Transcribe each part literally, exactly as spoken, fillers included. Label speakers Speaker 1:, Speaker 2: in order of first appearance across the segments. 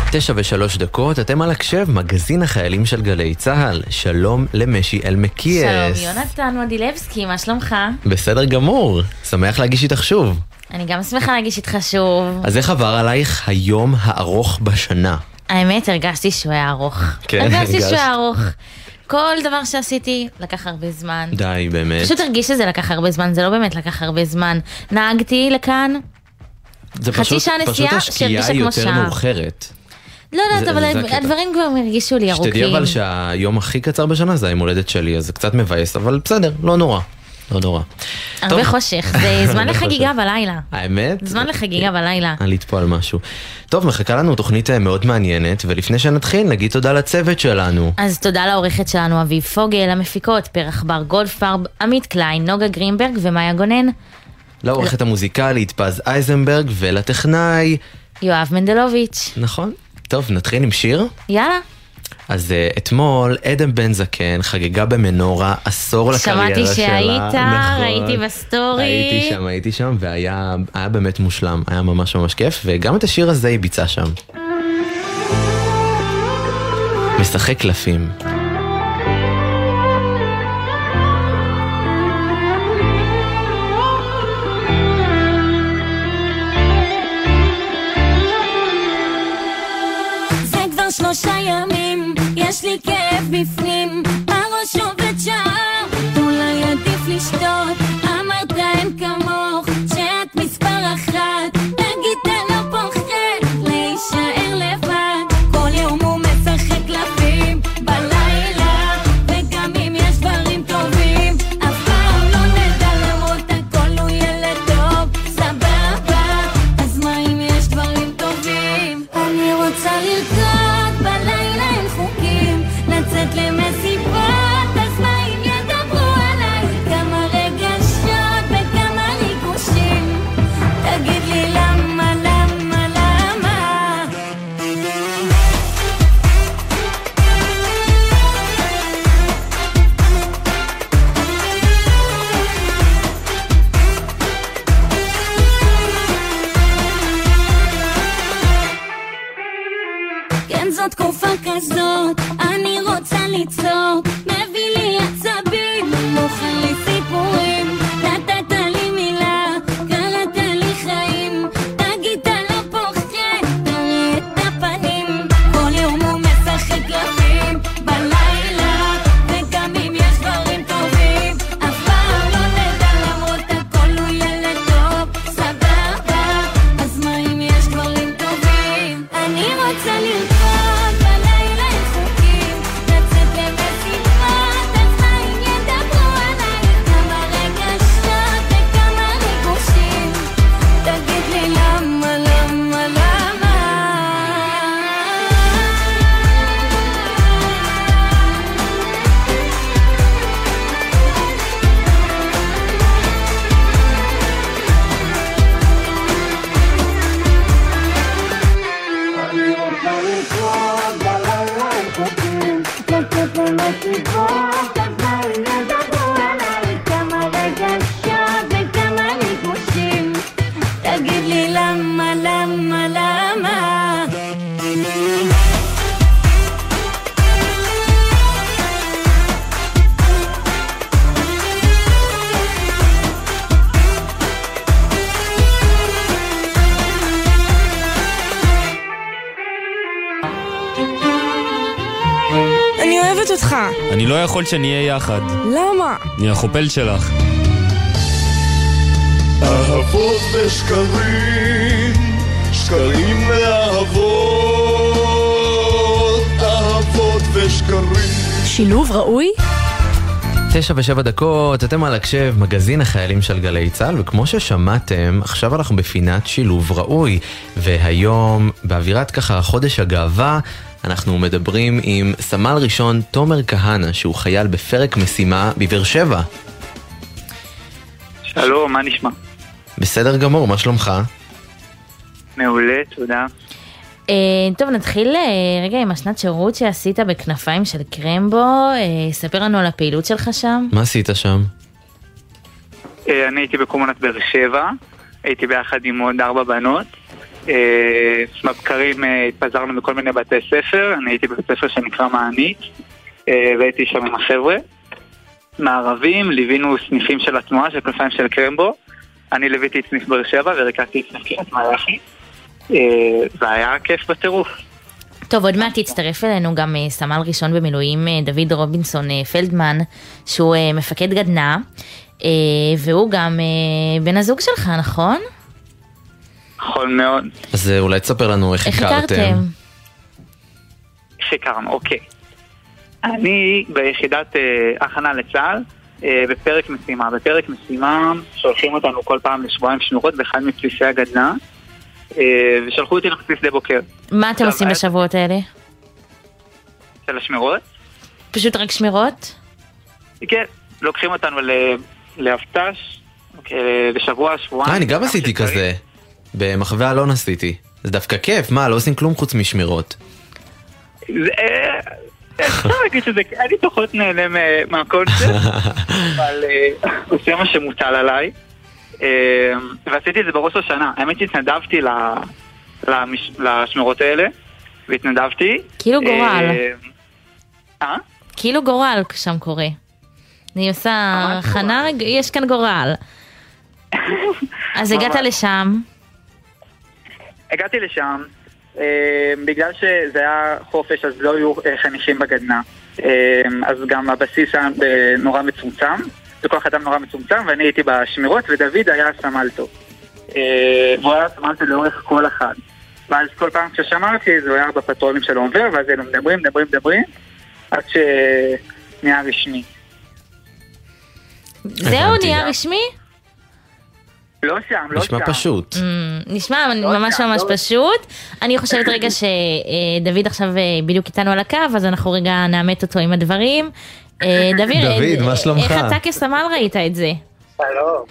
Speaker 1: תשע ושלוש דקות, אתם על הקשב, מגזין החיילים של גלי צהל. שלום למשי אלמקייס.
Speaker 2: שלום יונתן מדילבסקי, מה שלומך?
Speaker 1: בסדר גמור, שמח להגיש איתך שוב.
Speaker 2: אני גם שמחה להגיש איתך שוב.
Speaker 1: אז איך עבר עלייך היום הארוך בשנה?
Speaker 2: האמת, הרגשתי שהוא היה ארוך.
Speaker 1: כן,
Speaker 2: הרגשתי
Speaker 1: הרגשת.
Speaker 2: שהוא היה ארוך. כל דבר שעשיתי לקח הרבה זמן.
Speaker 1: די, באמת.
Speaker 2: פשוט הרגיש שזה לקח הרבה זמן, זה לא באמת לקח הרבה זמן. נהגתי לכאן,
Speaker 1: זה
Speaker 2: חצי
Speaker 1: פשוט,
Speaker 2: שעה
Speaker 1: פשוט
Speaker 2: נסיעה
Speaker 1: השקיעה
Speaker 2: שהרגישה
Speaker 1: היא
Speaker 2: כמו
Speaker 1: יותר
Speaker 2: שעה.
Speaker 1: מאוחרת.
Speaker 2: לא יודעת,
Speaker 1: זה-
Speaker 2: אבל
Speaker 1: זה הקטע.
Speaker 2: הדברים כבר הרגישו לי ארוכים.
Speaker 1: שתדעי אבל שהיום הכי קצר בשנה זה היום הולדת שלי, אז זה קצת מבאס, אבל בסדר, לא נורא. לא נורא.
Speaker 2: הרבה
Speaker 1: טוב.
Speaker 2: חושך, זה זמן
Speaker 1: הרבה
Speaker 2: לחגיגה
Speaker 1: חושך.
Speaker 2: בלילה.
Speaker 1: האמת?
Speaker 2: זמן לחגיגה בלילה.
Speaker 1: עלית פה על משהו. טוב, מחכה לנו תוכנית אה, מאוד מעניינת, ולפני שנתחיל נגיד תודה לצוות שלנו.
Speaker 2: אז תודה לעורכת שלנו אביב פוגל, המפיקות פרח בר גולדפרב, עמית קליין, נוגה גרינברג ומאיה גונן,
Speaker 1: לעורכת המוזיקלית פז אייזנברג, ולטכנאי,
Speaker 2: יואב מנדלוביץ'.
Speaker 1: נכון? טוב, נתחיל עם שיר.
Speaker 2: יאללה.
Speaker 1: אז uh, אתמול עדן בן זקן חגגה במנורה עשור לקריירה שלה.
Speaker 2: שמעתי שהיית,
Speaker 1: נכון.
Speaker 2: ראיתי בסטורי.
Speaker 1: הייתי שם, הייתי שם, והיה היה באמת מושלם, היה ממש ממש כיף, וגם את השיר הזה היא ביצעה שם. משחק קלפים.
Speaker 3: זה כבר שלושה ימים, יש לי כאב בפנים, הראש עובד שעה, אולי עדיף לשתות, אמרת אין כמוך, שאת מספר אחת, תגיד תן לו פוחד, להישאר לבד, כל יום הוא משחק קלפים, בלילה, וגם אם יש דברים טובים, אף פעם לא נדע למרות הכל הוא ילד טוב, סבבה, אז מה אם יש דברים טובים? אני רוצה לרקוד בלילה אין חוקים, לצאת למסיבות, אז מה אם ידברו עליי? כמה רגשות וכמה ריגושים, תגיד לי למה, למה, למה? כן זאת תקופה כזאת, אני רוצה לצעוק, מביא לי עצבים, מוכר לי סיפורים, נתת לי מילה, קלת לי חיים, תגיד אתה לא פוחד, תראי את הפנים, כל יום הוא משחק קלפים, בלילה, וגם אם יש דברים טובים, אף פעם לא נדע למרות הכל הוא ילד טוב, סבבה, אז מה אם יש דברים טובים? אני רוצה לרקוד בלילה אין חוקים, לצאת למסיבות, אז מה אם ידברו עליי? כמה רגשות וכמה ריגושים, תגיד לי למה, למה, למה? לצאת למסיבות, אז מה אם ידברו עליי? כמה רגשות וכמה ריגושים, תגיד לי למה, למה, למה?
Speaker 4: אני אוהבת אותך.
Speaker 5: אני לא יכול שנהיה יחד.
Speaker 4: למה?
Speaker 5: אני החופל שלך.
Speaker 6: אהבות ושקרים, שקרים לאהבות, אהבות ושקרים.
Speaker 4: שילוב ראוי?
Speaker 1: תשע ושבע דקות, אתם על הקשב, מגזין החיילים של גלי צהל, וכמו ששמעתם, עכשיו אנחנו בפינת שילוב ראוי, והיום, באווירת ככה חודש הגאווה, אנחנו מדברים עם סמל ראשון תומר כהנא, שהוא חייל בפרק משימה בבאר שבע.
Speaker 7: שלום, מה נשמע?
Speaker 1: בסדר גמור, מה שלומך?
Speaker 7: מעולה, תודה.
Speaker 2: אה, טוב, נתחיל אה, רגע עם השנת שירות שעשית בכנפיים של קרמבו. אה, ספר לנו על הפעילות שלך שם.
Speaker 1: מה עשית שם?
Speaker 7: אה, אני הייתי בקומונת באר שבע, הייתי ביחד עם עוד ארבע בנות, בבקרים התפזרנו בכל מיני בתי ספר, אני הייתי בבית ספר שנקרא מענית, והייתי שם עם החבר'ה. מערבים, ליווינו סניפים של התנועה, של כנפיים של קרמבו, אני ליוויתי את סניף באר שבע ורקדתי את סניפים מלאכי, והיה כיף בטירוף.
Speaker 2: טוב, עוד מעט תצטרף אלינו גם סמל ראשון במילואים דוד רובינסון פלדמן, שהוא מפקד גדנ"ע, והוא גם בן הזוג שלך, נכון?
Speaker 7: נכון מאוד.
Speaker 1: אז אולי תספר לנו איך הכרתם.
Speaker 2: איך הכרתם?
Speaker 7: איך הכרנו, אוקיי. אני ביחידת הכנה לצה"ל, בפרק משימה. בפרק משימה שולחים אותנו כל פעם לשבועיים שמירות באחד מבסיסי הגדנ"ע, ושלחו אותי לבסיס שדה בוקר.
Speaker 2: מה אתם עושים בשבועות האלה?
Speaker 7: של השמירות?
Speaker 2: פשוט רק שמירות?
Speaker 7: כן, לוקחים אותנו לאבט"ש, לשבוע, שבועיים.
Speaker 1: אה, אני גם עשיתי כזה. במחווה אלון עשיתי. זה דווקא כיף, מה, לא עושים כלום חוץ משמירות.
Speaker 7: אפשר להגיד שזה, אני פחות נהנה מהקונספט, אבל עושה מה שמוטל עליי. ועשיתי את זה בראש השנה. האמת שהתנדבתי לשמירות האלה, והתנדבתי.
Speaker 2: כאילו גורל.
Speaker 7: אה?
Speaker 2: כאילו גורל שם קורה. אני עושה חנה, יש כאן גורל. אז הגעת לשם.
Speaker 7: הגעתי לשם, בגלל שזה היה חופש, אז לא היו חניכים בגדנ"ע. אז גם הבסיס היה נורא מצומצם. זה כוח אדם נורא מצומצם, ואני הייתי בשמירות, ודוד היה סמלתו. והוא היה סמלתו לאורך כל אחד. ואז כל פעם כששמרתי, זה היה בפטרולים שלו עובר, ואז היינו מדברים, מדברים, מדברים, עד שנהיה רשמי.
Speaker 2: זהו, נהיה רשמי?
Speaker 7: לא שם, לא שם.
Speaker 1: נשמע פשוט.
Speaker 2: נשמע ממש ממש פשוט. אני חושבת רגע שדוד עכשיו בדיוק איתנו על הקו, אז אנחנו רגע נאמת אותו עם הדברים. דוד,
Speaker 1: מה שלומך?
Speaker 2: איך אתה כסמל ראית את זה?
Speaker 8: שלום.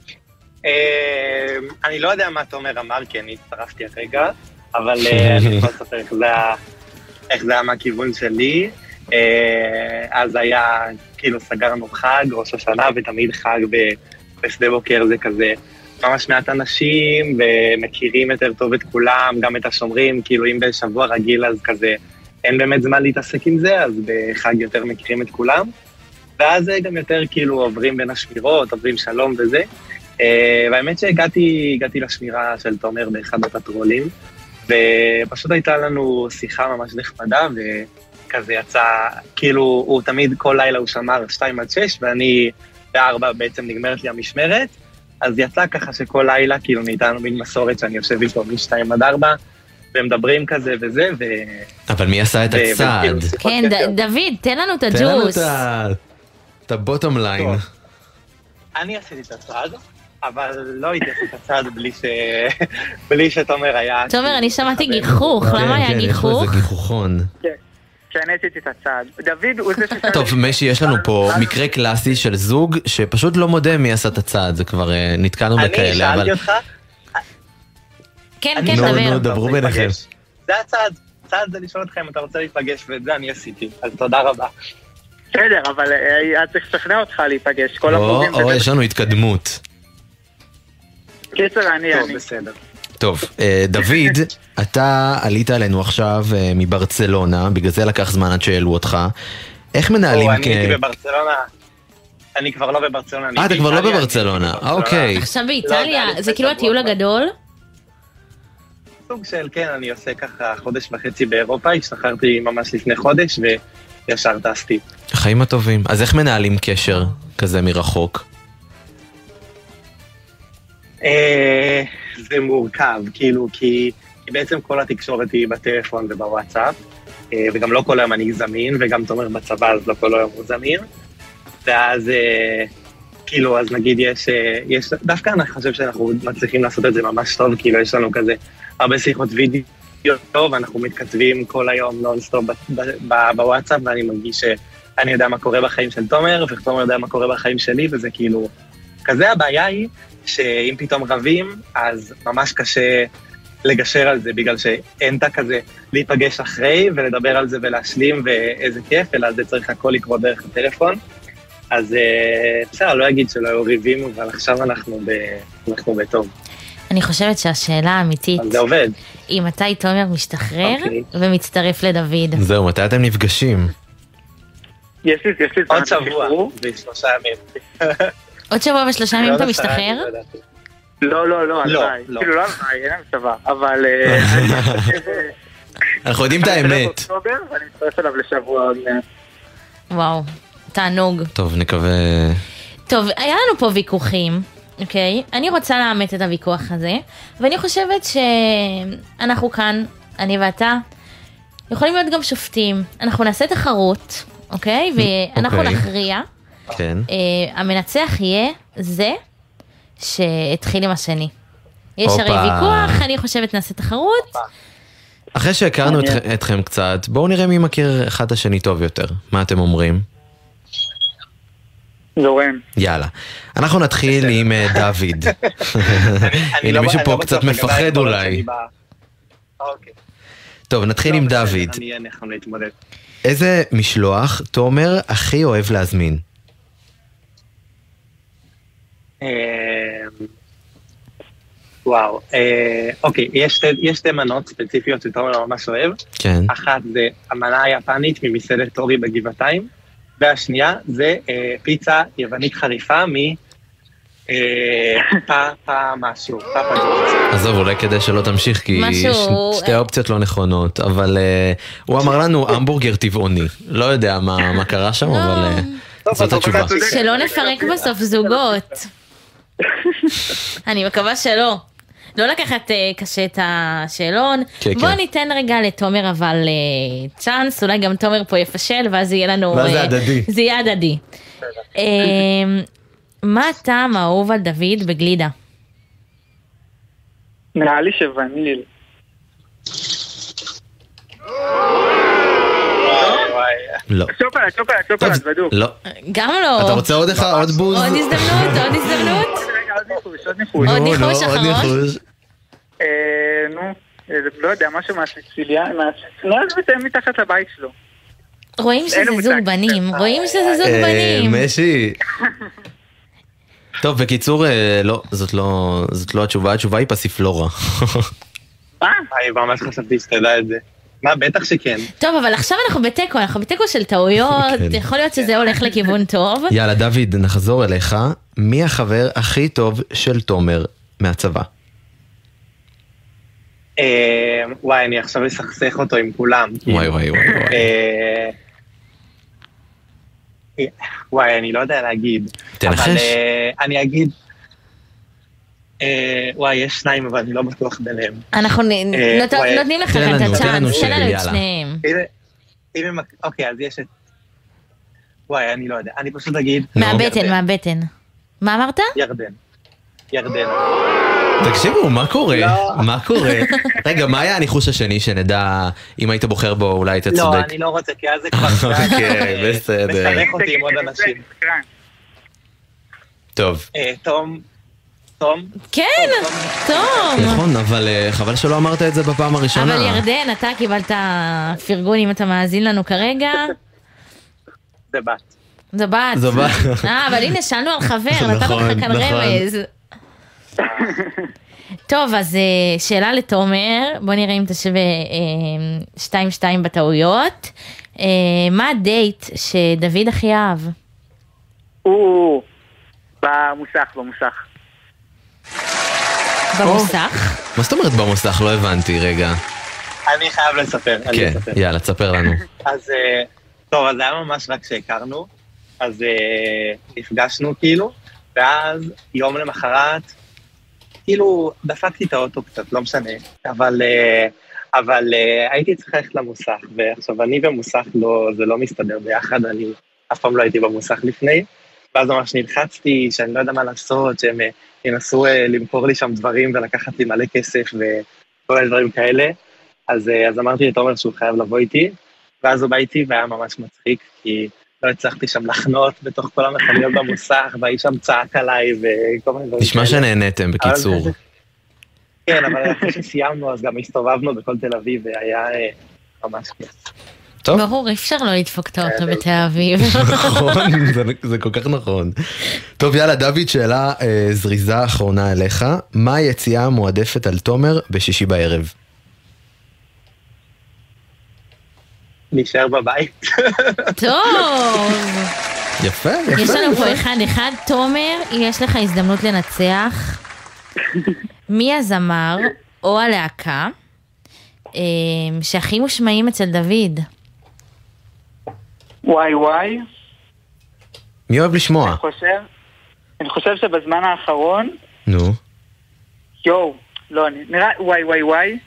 Speaker 8: אני לא יודע מה תומר אמר, כי אני הצטרפתי הרגע, אבל אני יכול לספר איך זה היה מהכיוון שלי. אז היה, כאילו סגרנו חג, ראש השנה, ותמיד חג בשדה בוקר זה כזה ממש מעט אנשים, ומכירים יותר טוב את כולם, גם את השומרים, כאילו אם בשבוע רגיל אז כזה אין באמת זמן להתעסק עם זה, אז בחג יותר מכירים את כולם, ואז גם יותר כאילו עוברים בין השמירות, עוברים שלום וזה, והאמת שהגעתי הגעתי לשמירה של תומר באחד הפטרולים, ופשוט הייתה לנו שיחה ממש נחמדה, וכזה יצא, כאילו הוא תמיד כל לילה הוא שמר שתיים עד שש, ואני בארבע בעצם נגמרת לי המשמרת, אז יצא ככה שכל לילה כאילו ניתנו מין מסורת שאני יושב איתו משתיים עד ארבע, ומדברים כזה וזה, ו...
Speaker 1: אבל מי עשה את הצעד?
Speaker 2: כן, דוד, תן לנו את הג'וס.
Speaker 1: תן לנו את הבוטום ליין.
Speaker 8: אני עשיתי את הצעד, אבל לא הייתי עשיתי את הצעד בלי שתומר היה...
Speaker 2: תומר, אני שמעתי גיחוך, למה היה גיחוך?
Speaker 1: זה גיחוכון.
Speaker 7: כן. שאני עשיתי את הצעד. דוד הוא זה שצעד...
Speaker 1: טוב, משי, יש לנו פה מקרה קלאסי של זוג שפשוט לא מודה מי עשה את הצעד, זה כבר נתקענו בכאלה, אבל...
Speaker 8: אני שאלתי אותך...
Speaker 2: כן, כן, דבר.
Speaker 1: נו, נו, דברו ביניכם.
Speaker 8: זה הצעד, צעד זה לשאול אתכם אם אתה רוצה להיפגש, ואת זה אני עשיתי, אז תודה רבה.
Speaker 7: בסדר, אבל היה צריך לשכנע אותך להיפגש, כל החוגים...
Speaker 1: או, יש לנו התקדמות.
Speaker 7: קיצר, אני, אני.
Speaker 8: טוב, בסדר.
Speaker 1: טוב, דוד, אתה עלית עלינו עכשיו מברצלונה, בגלל זה לקח זמן עד שהעלו אותך. איך מנהלים...
Speaker 8: אני הייתי בברצלונה, אני כבר לא בברצלונה.
Speaker 1: אה, אתה כבר לא בברצלונה, אוקיי.
Speaker 2: עכשיו באיטליה, זה כאילו הטיול הגדול?
Speaker 8: סוג של, כן, אני עושה ככה חודש וחצי באירופה, השתחררתי ממש לפני חודש וישר טסתי.
Speaker 1: החיים הטובים. אז איך מנהלים קשר כזה מרחוק?
Speaker 8: זה מורכב, כאילו, כי בעצם כל התקשורת היא בטלפון ובוואטסאפ, וגם לא כל היום אני זמין, וגם תומר בצבא, אז לא כל היום הוא זמין, ואז, כאילו, אז נגיד יש, יש, דווקא אני חושב שאנחנו מצליחים לעשות את זה ממש טוב, כאילו יש לנו כזה הרבה שיחות וידאו טוב, ואנחנו מתכתבים כל היום נונסטופ בוואטסאפ, ואני מרגיש שאני יודע מה קורה בחיים של תומר, ותומר יודע מה קורה בחיים שלי, וזה כאילו, כזה הבעיה היא, שאם פתאום רבים, אז ממש קשה לגשר על זה, בגלל שאין את כזה להיפגש אחרי, ולדבר על זה ולהשלים, ואיזה כיף, אלא זה צריך הכל לקרוא דרך הטלפון. אז בסדר, לא אגיד שלא היו ריבים, אבל עכשיו אנחנו, ב... אנחנו בטוב.
Speaker 2: אני חושבת שהשאלה האמיתית,
Speaker 8: אז זה עובד.
Speaker 2: היא מתי תומר משתחרר
Speaker 8: אוקיי.
Speaker 2: ומצטרף לדוד.
Speaker 1: זהו, מתי אתם נפגשים?
Speaker 7: יש לי, יש לי
Speaker 8: עוד
Speaker 7: זמן
Speaker 8: שבוע,
Speaker 7: לשחרור.
Speaker 8: בשלושה ימים.
Speaker 2: עוד שבוע ושלושה ימים אתה משתחרר?
Speaker 7: לא, לא, לא,
Speaker 8: לא,
Speaker 7: הלוואי.
Speaker 8: לא.
Speaker 7: כאילו לא הלוואי, אין להם צבא, אבל... אה, אני חושב, אה,
Speaker 1: אנחנו יודעים את האמת.
Speaker 7: באוקטובר, ואני מצטרף אליו לשבוע עוד מעט.
Speaker 2: וואו, תענוג.
Speaker 1: טוב, נקווה...
Speaker 2: טוב, היה לנו פה ויכוחים, אוקיי? אני רוצה לאמת את הוויכוח הזה, ואני חושבת שאנחנו כאן, אני ואתה, יכולים להיות גם שופטים. אנחנו נעשה תחרות, אוקיי? ואנחנו
Speaker 1: אוקיי.
Speaker 2: נכריע.
Speaker 1: כן.
Speaker 2: אה, המנצח יהיה זה שהתחיל עם השני. יש
Speaker 1: הופה.
Speaker 2: הרי ויכוח, אני חושבת נעשה תחרות.
Speaker 1: אחרי שהכרנו את- אתכם קצת, בואו נראה מי מכיר אחד את השני טוב יותר. מה אתם אומרים?
Speaker 7: זורם.
Speaker 1: יאללה. אנחנו נתחיל עם אה, דוד.
Speaker 8: אני
Speaker 1: הנה
Speaker 8: לא-
Speaker 1: מישהו
Speaker 8: אני
Speaker 1: פה
Speaker 8: לא
Speaker 1: קצת
Speaker 8: בטוח לגבי
Speaker 1: מפחד
Speaker 8: היכולות
Speaker 1: אולי.
Speaker 8: שלי ב- אוקיי.
Speaker 1: טוב, נתחיל
Speaker 8: לא,
Speaker 1: עם
Speaker 8: בסדר,
Speaker 1: דוד.
Speaker 8: אני אהיה נכון להתמודד.
Speaker 1: איזה משלוח תומר הכי אוהב להזמין?
Speaker 8: אה, וואו, אה, אוקיי, יש שתי- יש שתי מנות ספציפיות שתומר ממש אוהב.
Speaker 1: כן.
Speaker 8: אחת זה המנה היפנית ממסעדת אורי בגבעתיים, והשנייה זה אה, פיצה יוונית חריפה מ... אה, פא, פא משהו, פא פג'וס.
Speaker 1: עזוב, אולי כדי שלא תמשיך, כי
Speaker 2: משהו-
Speaker 1: ש- שתי אופציות לא נכונות, אבל אה, הוא אמר לנו המבורגר טבעוני. לא יודע מה מה קרה שם,
Speaker 2: לא.
Speaker 1: אבל אה,
Speaker 8: טוב,
Speaker 1: זאת
Speaker 8: אז
Speaker 1: התשובה.
Speaker 8: אתה צודק.
Speaker 2: שלא נפרק בסוף זוגות. אני מקווה שלא. לא לקחת אה, קשה את השאלון.
Speaker 1: כן,
Speaker 2: בוא
Speaker 1: כן.
Speaker 2: ניתן רגע לתומר אבל אה, צ'אנס, אולי גם תומר פה יפשל, ואז יהיה לנו...
Speaker 1: ואז זה
Speaker 2: אה,
Speaker 1: הדדי.
Speaker 2: זה יהיה הדדי. אה, מה הטעם האהוב על דוד בגלידה?
Speaker 7: נראה לי שווניל.
Speaker 8: וואי,
Speaker 1: לא.
Speaker 7: שוקולד, שוקולד, שוקולד, בדוק.
Speaker 1: לא.
Speaker 2: גם לא.
Speaker 1: אתה רוצה עוד אחד? עוד בוז?
Speaker 2: עוד הזדמנות, עוד הזדמנות.
Speaker 7: רגע, עוד ניחוש, עוד ניחוש.
Speaker 2: עוד
Speaker 1: נו,
Speaker 2: ניחוש
Speaker 1: נו, עוד
Speaker 2: אחרון?
Speaker 1: ניחוש.
Speaker 7: אה, נו, אה, לא יודע, משהו מהסיציליה, לא זה מתחת לבית שלו.
Speaker 2: רואים
Speaker 7: אין
Speaker 2: שזה
Speaker 7: לו
Speaker 2: זוג
Speaker 7: מושג.
Speaker 2: בנים, רואים שזה זוג
Speaker 1: אה,
Speaker 2: בנים.
Speaker 1: משי. טוב, בקיצור, אה, לא, זאת לא זאת לא התשובה, התשובה היא פסיפלורה.
Speaker 7: מה?
Speaker 8: אני ממש חשבתי שתדע את זה. מה, בטח שכן.
Speaker 2: טוב, אבל עכשיו אנחנו בתיקו, אנחנו בתיקו של טעויות,
Speaker 1: כן.
Speaker 2: יכול להיות שזה הולך לכיוון טוב.
Speaker 1: יאללה, דוד, נחזור אליך. מי החבר הכי טוב של תומר מהצבא?
Speaker 8: אה, וואי, אני עכשיו אסכסך אותו עם כולם.
Speaker 1: וואי וואי וואי וואי.
Speaker 8: אה, וואי, אני לא יודע להגיד.
Speaker 1: תנחש.
Speaker 8: אבל אה, אני אגיד... אה, וואי, יש שניים, אבל אני לא בטוח ביניהם.
Speaker 2: אנחנו נ-
Speaker 8: אה,
Speaker 2: נות-
Speaker 8: וואי.
Speaker 2: נותנים לך
Speaker 1: תן
Speaker 2: כאן את
Speaker 1: לנו, תן לנו
Speaker 2: הצ'אנס,
Speaker 1: שם,
Speaker 2: תן לנו את
Speaker 1: יאללה.
Speaker 2: שניהם.
Speaker 8: הנה, הנה, מק- אוקיי, אז יש את... וואי, אני לא יודע. אני פשוט אגיד...
Speaker 1: נו.
Speaker 2: מהבטן,
Speaker 8: ירדן.
Speaker 2: מהבטן. מה אמרת?
Speaker 8: ירדן. ירדן.
Speaker 1: תקשיבו, מה קורה?
Speaker 8: לא.
Speaker 1: מה קורה? רגע, מה היה הניחוש השני שנדע אם היית בוחר בו אולי היית
Speaker 8: לא,
Speaker 1: צודק?
Speaker 8: אני לא רוצה, כי אז זה כבר...
Speaker 1: אוקיי,
Speaker 8: אה,
Speaker 1: בסדר.
Speaker 8: מסבך אותי עם עוד אנשים.
Speaker 1: טוב.
Speaker 8: אה, תום. תום.
Speaker 2: כן, טוב.
Speaker 1: נכון, אבל אה, חבל שלא אמרת את זה בפעם הראשונה.
Speaker 2: אבל ירדן, אתה קיבלת פרגון אם אתה מאזין לנו כרגע.
Speaker 8: זה בת.
Speaker 2: זו בת.
Speaker 1: זו בת.
Speaker 2: אה, אבל הנה, שאלנו על חבר, נתנו
Speaker 1: נכון,
Speaker 2: לך כאן
Speaker 1: נכון.
Speaker 2: רמז. טוב, אז אה, שאלה לתומר, בוא נראה אם תשווה אה, שתיים שתיים בטעויות. אה, מה הדייט שדוד הכי אהב?
Speaker 7: הוא במוסך, במוסך.
Speaker 2: במוסך?
Speaker 1: מה זאת אומרת במוסך? לא הבנתי, רגע.
Speaker 8: אני חייב לספר. אני
Speaker 1: כן,
Speaker 8: אספר.
Speaker 1: יאללה, תספר לנו.
Speaker 8: אז אה, טוב, אז זה היה ממש רק שהכרנו, אז אה, נפגשנו כאילו, ואז יום למחרת, כאילו דפקתי את האוטו קצת, לא משנה, אבל, אה, אבל אה, הייתי צריך ללכת למוסך, ועכשיו אני ומוסך לא, זה לא מסתדר ביחד, אני אף פעם לא הייתי במוסך לפני, ואז ממש נלחצתי שאני לא יודע מה לעשות, שהם אה, ינסו אה, למכור לי שם דברים ולקחת לי מלא כסף וכל מיני דברים כאלה, אז, אה, אז אמרתי לתומר שהוא חייב לבוא איתי, ואז הוא בא איתי והיה ממש מצחיק, כי לא הצלחתי שם לחנות בתוך כל המכוניות במוסך, והאיש שם צעק עליי וכל מיני דברים.
Speaker 1: נשמע
Speaker 8: כאלה.
Speaker 1: שנהנתם, בקיצור.
Speaker 8: אבל- כן, אבל אחרי שסיימנו, אז גם הסתובבנו בכל תל אביב, והיה אה, ממש כיף.
Speaker 1: טוב.
Speaker 2: ברור, אי אפשר לא לדפוק את האוטו בתל אביב.
Speaker 1: נכון, זה, זה כל כך נכון. טוב, יאללה, דוד, שאלה אה, זריזה אחרונה אליך. מה היציאה המועדפת על תומר בשישי בערב?
Speaker 8: נשאר בבית.
Speaker 2: טוב.
Speaker 1: יפה, יפה.
Speaker 2: יש לנו
Speaker 1: יפה.
Speaker 2: פה אחד אחד. תומר, יש לך הזדמנות לנצח. מי הזמר או הלהקה אה, שהכי מושמעים אצל דוד?
Speaker 7: וואי וואי.
Speaker 1: מי אוהב לשמוע?
Speaker 7: אני חושב, אני חושב שבזמן האחרון,
Speaker 1: נו.
Speaker 7: יואו, לא, אני, נראה, וואי וואי וואי.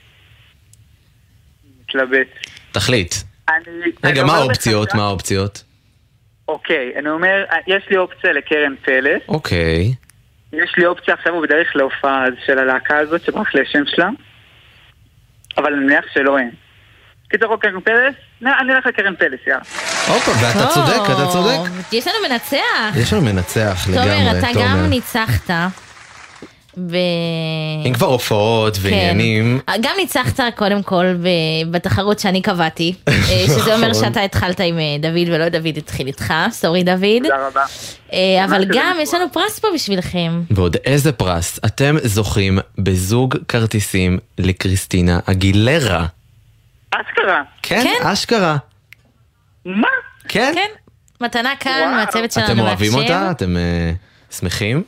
Speaker 7: מתלבט.
Speaker 1: תחליט.
Speaker 7: אני, אני
Speaker 1: רגע, מה
Speaker 7: אומר
Speaker 1: האופציות?
Speaker 7: בחזק-
Speaker 1: מה האופציות?
Speaker 7: אוקיי, אני אומר, יש לי אופציה לקרן פלס,
Speaker 1: אוקיי.
Speaker 7: יש לי אופציה עכשיו הוא בדרך להופעה של הלהקה הזאת, שברח לי השם שלה, אבל אני מניח שלא אין. קיצור, קרן פלס? לא, אני אלך לקרן פלס, יאללה.
Speaker 1: הופה, ואתה
Speaker 2: טוב.
Speaker 1: צודק, אתה צודק.
Speaker 2: יש לנו מנצח.
Speaker 1: יש לנו מנצח לגמרי,
Speaker 2: תומר, אתה
Speaker 1: תומר.
Speaker 2: גם ניצחת. ב...
Speaker 1: אם כבר הופעות ועניינים,
Speaker 2: כן. גם ניצחת קודם כל ב- בתחרות שאני קבעתי, אה, שזה אומר
Speaker 1: נכון.
Speaker 2: שאתה התחלת עם אה, דוד ולא דוד התחיל איתך, סורי דוד.
Speaker 7: תודה רבה.
Speaker 2: אה, אבל
Speaker 7: שזה
Speaker 2: גם
Speaker 7: נפלא.
Speaker 2: יש לנו פרס פה בשבילכם.
Speaker 1: ועוד איזה פרס. אתם זוכים בזוג כרטיסים לקריסטינה אגילרה.
Speaker 7: אשכרה.
Speaker 1: כן,
Speaker 2: כן.
Speaker 1: אשכרה.
Speaker 7: מה?
Speaker 1: כן.
Speaker 2: כן, מתנה כאן
Speaker 7: וואו.
Speaker 2: מהצוות שלנו.
Speaker 1: אתם אוהבים
Speaker 2: מהקשב.
Speaker 1: אותה? אתם אה, שמחים?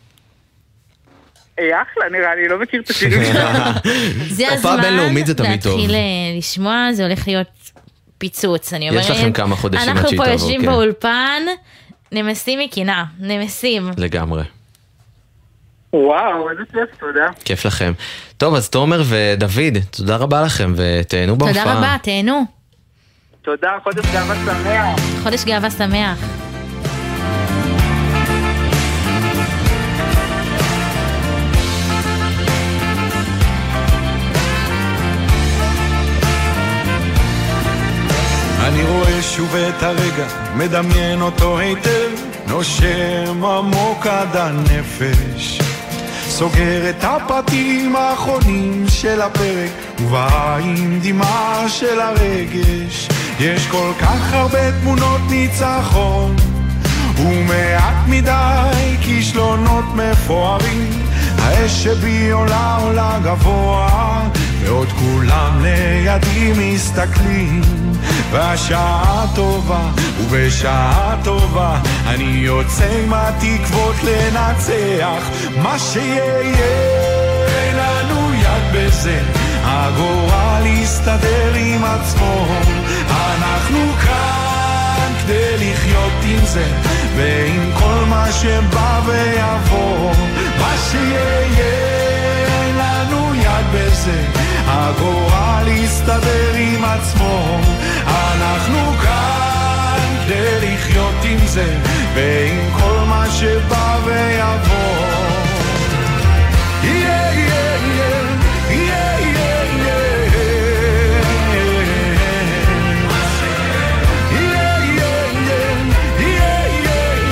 Speaker 7: אה, אחלה, נראה לי, לא מכיר את השירים שלה.
Speaker 2: זה
Speaker 1: הופעה
Speaker 2: הזמן
Speaker 1: בינלאומית זה תמיד טוב.
Speaker 2: להתחיל אה, לשמוע, זה הולך להיות פיצוץ, אני אומרת.
Speaker 1: יש לכם כמה חודשים עד שהיא
Speaker 2: אנחנו פה
Speaker 1: תעבור,
Speaker 2: יושבים
Speaker 1: כן.
Speaker 2: באולפן, נמסים מקינה, נמסים.
Speaker 1: לגמרי.
Speaker 7: וואו, איזה כיף, תודה.
Speaker 1: כיף לכם. טוב, אז תומר ודוד, תודה רבה לכם ותהנו בהופעה.
Speaker 2: תודה רבה, תהנו.
Speaker 7: תודה, חודש גאווה שמח.
Speaker 2: חודש גאווה שמח.
Speaker 6: אני רואה שוב את הרגע, מדמיין אותו היטב, נושם עמוק עד הנפש, סוגר את הפרטים האחרונים של הפרק, ובעין דמעה של הרגש. יש כל כך הרבה תמונות ניצחון, ומעט מדי כישלונות מפוארים. האש שבי עולה עולה גבוה, ועוד כולם לידי מסתכלים. והשעה טובה, ובשעה טובה אני יוצא עם התקוות לנצח. מה שיהיה, אין לנו יד בזה, הגורל יסתדר עם עצמו. אנחנו כאן כדי לחיות עם זה, ועם כל מה שבא ויבוא. מה שיהיה, אין לנו יד בזה, הגורל יסתדר עם עצמו. אנחנו כאן כדי לחיות עם זה, ועם כל מה שבא ויבוא. Yeah, yeah, yeah, yeah, yeah, yeah. Yeah, yeah, yeah, yeah, yeah,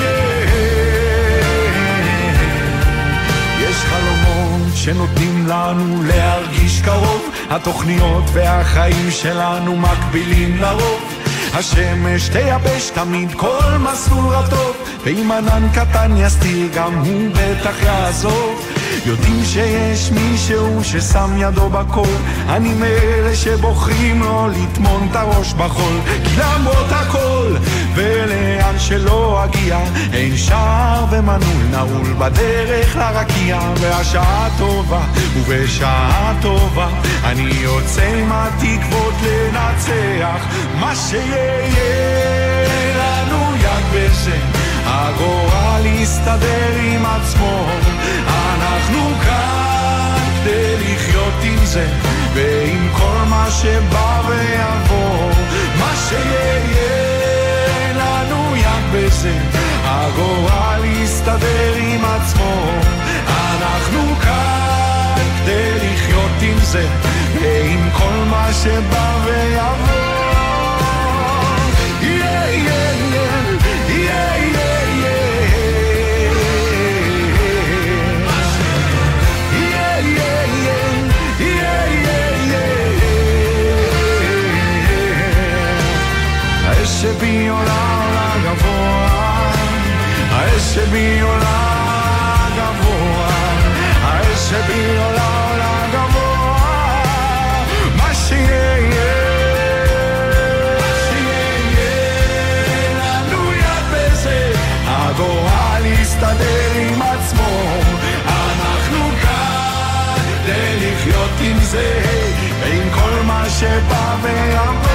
Speaker 6: yeah. יש חלומות שנותנים לנו להרגיש קרוב, התוכניות והחיים שלנו מקבילים לרוב. השמש תייבש תמיד כל מסלול רטוב, ואם ענן קטן יסתיר גם הוא בטח יעזוב. יודעים שיש מישהו ששם ידו בכל, אני מאלה שבוחרים לא לטמון את הראש בחול. כי למרות הכל ולאן שלא אגיע, אין שער ומנעול נעול בדרך לרקיע. והשעה טובה, ובשעה טובה אני יוצא עם התקוות לנצח. מה שיהיה, לנו יד בזה, הגורל יסתדר עם עצמו. אנחנו כאן כדי לחיות עם זה, ועם כל מה שבא ויבוא. מה שיהיה, לנו יד בזה, הגורל יסתדר עם עצמו. אנחנו כאן כדי לחיות עם זה, ועם כל מה שבא ויבוא. Yeah, yeah, yeah, yeah, yeah, yeah. Yeah, yeah, yeah, yeah, yeah, yeah. שבי עולה עולה גבוה, האש שבי עולה גבוה, האש שבי עולה עולה גבוה, מה שיהיה שיהיה לנו יד בזה, הגורל יסתדר עם עצמו, אנחנו כאן לחיות עם זה, עם כל מה שבא ויבוא.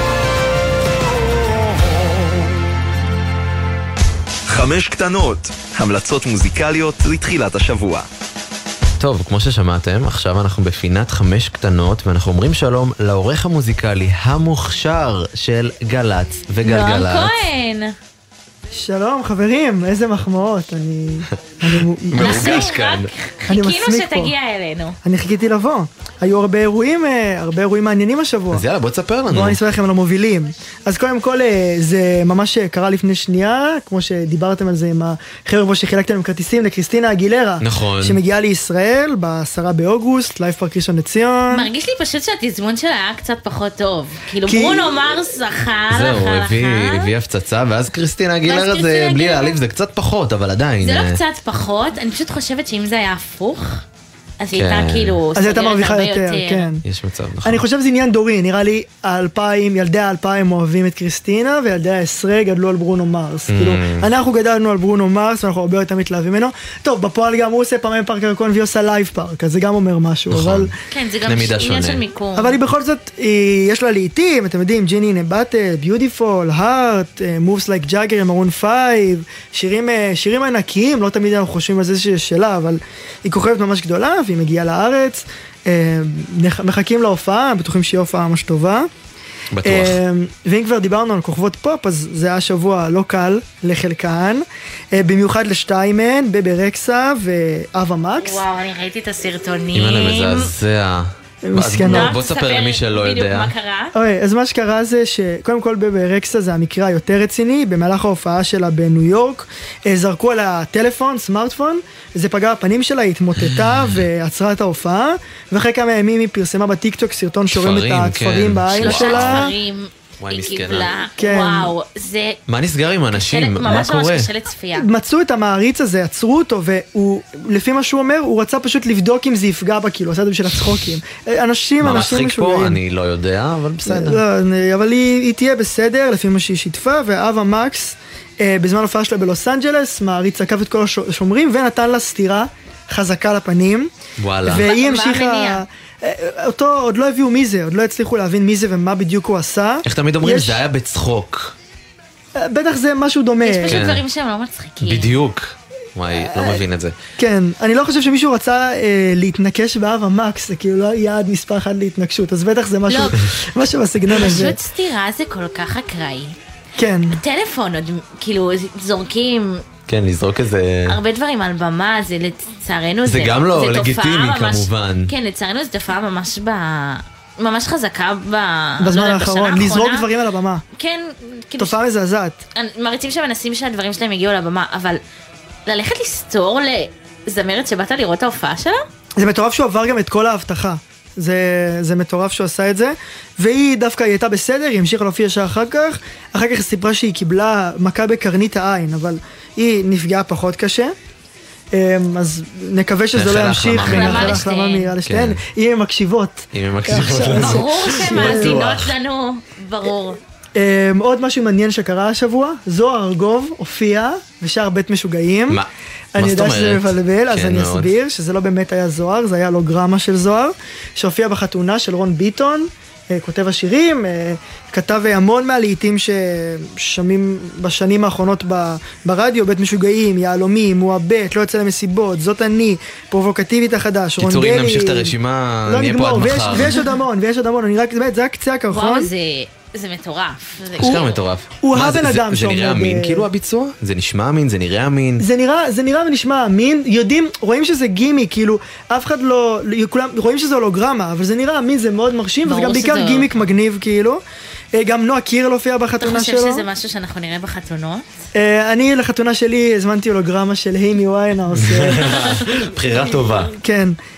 Speaker 9: חמש קטנות, המלצות מוזיקליות לתחילת השבוע.
Speaker 1: טוב, כמו ששמעתם, עכשיו אנחנו בפינת חמש קטנות, ואנחנו אומרים שלום לעורך המוזיקלי המוכשר של גלץ וגלגלץ.
Speaker 2: נועם כהן.
Speaker 10: שלום חברים, איזה מחמאות, אני...
Speaker 1: מרוגש כאן.
Speaker 2: חיכינו שתגיע אלינו.
Speaker 10: אני חיכיתי לבוא. היו הרבה אירועים, הרבה אירועים מעניינים השבוע.
Speaker 1: אז יאללה, בוא תספר לנו.
Speaker 10: בוא נספר לכם על המובילים. אז קודם כל, זה ממש קרה לפני שנייה, כמו שדיברתם על זה עם החבר'ה פה שחילקתם עם כרטיסים לקריסטינה אגילרה.
Speaker 1: נכון.
Speaker 10: שמגיעה לישראל בעשרה באוגוסט, לייב פארק ראשון לציון.
Speaker 2: מרגיש לי פשוט שהתזמון שלה היה קצת פחות טוב. כאילו ברונו מרס זכה,
Speaker 1: זהו, הביא הפצצה, ואז קריסטינה אגילרה זה בלי להעליב, זה קצת פחות, אבל עדיין.
Speaker 2: זה לא קצת פחות, אני פשוט חושבת שאם זה היה הפוך, אז היא הייתה כאילו
Speaker 10: אז הייתה מרוויחה יותר, כן.
Speaker 1: יש מצב, נכון.
Speaker 10: אני חושב שזה עניין דורי, נראה לי האלפיים, ילדי האלפיים אוהבים את קריסטינה, וילדי העשרה גדלו על ברונו מרס. כאילו, אנחנו גדלנו על ברונו מרס, ואנחנו הרבה יותר מתלהבים ממנו. טוב, בפועל גם הוא עושה פעמים פארק הירקון, והיא עושה לייב פארק, אז זה גם אומר משהו, אבל...
Speaker 2: כן, זה גם עניין של מיקום.
Speaker 10: אבל היא בכל זאת, יש לה לעיתים, אתם יודעים, ג'יני נבטד, ביוטיפול, הארט, Moves Like Jagger, מרון פייב, שירים ענקיים, לא תמיד אנחנו חושבים על זה שיש שאלה, אבל היא כוכבת ממש גדולה, והיא מגיעה לארץ, מחכים להופעה, בטוחים שהיא הופעה ממש טובה.
Speaker 1: בטוח.
Speaker 10: ואם כבר דיברנו על כוכבות פופ, אז זה היה שבוע לא קל לחלקן, במיוחד לשתיים מהן, בבי רקסה ואווה מקס.
Speaker 2: וואו, אני ראיתי את הסרטונים.
Speaker 1: אימא למזעזע. בוא תספר למי שלא יודע.
Speaker 2: בדיוק מה קרה.
Speaker 10: אוי, אז מה שקרה זה שקודם כל בבי רקסה זה המקרה היותר רציני, במהלך ההופעה שלה בניו יורק, זרקו על הטלפון, סמארטפון, זה פגע בפנים שלה, היא התמוטטה ועצרה את ההופעה, ואחרי כמה ימים היא פרסמה בטיקטוק סרטון שורם את התפרים בעין שלה.
Speaker 2: שלושה תפרים. היא קיבלה, וואו, זה...
Speaker 1: מה נסגר עם האנשים? מה קורה?
Speaker 2: ממש ממש קשה לצפייה.
Speaker 10: מצאו את המעריץ הזה, עצרו אותו, והוא, לפי מה שהוא אומר, הוא רצה פשוט לבדוק אם זה יפגע בה, כאילו, עשה את זה בשביל הצחוקים. אנשים,
Speaker 1: מה
Speaker 10: אנשים
Speaker 1: מצחיק
Speaker 10: משוגעים.
Speaker 1: פה? אני לא יודע, אבל בסדר.
Speaker 10: לא, אבל היא, היא תהיה בסדר, לפי מה שהיא שיתפה, ואווה מקס, בזמן הופעה שלה בלוס אנג'לס, מעריץ עקב את כל השומרים, ונתן לה סתירה חזקה לפנים.
Speaker 1: וואלה.
Speaker 10: והיא המשיכה... אותו עוד לא הביאו מי זה, עוד לא הצליחו להבין מי זה ומה בדיוק הוא עשה.
Speaker 1: איך תמיד אומרים, זה היה בצחוק.
Speaker 10: בטח זה משהו דומה.
Speaker 2: יש פשוט דברים שהם לא מצחיקים.
Speaker 1: בדיוק. וואי, לא מבין את זה.
Speaker 10: כן, אני לא חושב שמישהו רצה להתנקש באווה מקס, זה כאילו לא יעד מספר אחד להתנקשות, אז בטח זה משהו בסגנון הזה.
Speaker 2: פשוט סתירה זה כל כך אקראי.
Speaker 10: כן.
Speaker 2: טלפון, עוד כאילו זורקים...
Speaker 1: כן, לזרוק איזה...
Speaker 2: הרבה דברים על במה, זה לצערנו,
Speaker 1: זה גם לא לגיטימי כמובן.
Speaker 2: כן, לצערנו זו תופעה ממש ב... ממש חזקה
Speaker 10: בזמן האחרון, לזרוק דברים על הבמה.
Speaker 2: כן.
Speaker 10: תופעה מזעזעת.
Speaker 2: מריצים שמנסים שהדברים שלהם יגיעו לבמה, אבל ללכת לסתור לזמרת שבאת לראות את ההופעה שלה?
Speaker 10: זה מטורף שהוא עבר גם את כל ההבטחה. זה, זה מטורף שהוא עשה את זה, והיא דווקא הייתה בסדר, היא המשיכה להופיע שעה אחר כך, אחר כך סיפרה שהיא קיבלה מכה בקרנית העין, אבל היא נפגעה פחות קשה, אז נקווה שזה לא ימשיך,
Speaker 2: החלמה לשתיהן,
Speaker 10: אם הן מקשיבות.
Speaker 1: אם הן מקשיבות.
Speaker 2: ברור שהן מאזינות לנו, ברור.
Speaker 10: עוד משהו מעניין שקרה השבוע, זוהר ארגוב הופיע ושאר בית משוגעים.
Speaker 1: מה?
Speaker 10: אני יודע שזה מבלבל, אז אני אסביר שזה לא באמת היה זוהר, זה היה הולוגרמה של זוהר, שהופיע בחתונה של רון ביטון, כותב השירים, כתב המון מהלעיתים ששמים בשנים האחרונות ברדיו, בית משוגעים, יעלומים, מועבט, לא יוצא למסיבות, זאת אני, פרובוקטיבית החדש, רון
Speaker 1: קיצורים,
Speaker 10: דלי.
Speaker 1: נמשיך את הרשימה,
Speaker 10: לא
Speaker 1: נהיה פה עד מחר.
Speaker 10: ויש עוד המון, ויש עוד המון, אני רק, זה רק קצה הקרחון.
Speaker 2: וואו, זה... זה מטורף.
Speaker 1: אשכרה מטורף.
Speaker 10: הוא הבן אדם
Speaker 1: שעומד... זה נראה אמין כאילו הביצוע? זה נשמע אמין? זה נראה אמין?
Speaker 10: זה נראה, זה נראה ונשמע אמין. יודעים, רואים שזה גימי, כאילו, אף אחד לא... כולם רואים שזה הולוגרמה, אבל זה נראה אמין, זה מאוד מרשים, וזה גם בעיקר גימיק מגניב, כאילו. גם נועה קירל הופיעה בחתונה שלו.
Speaker 2: אתה חושב שזה משהו שאנחנו נראה בחתונות?
Speaker 10: אני לחתונה שלי הזמנתי הולוגרמה של הימי ויינהאוס.
Speaker 1: בחירה טובה.
Speaker 10: כן.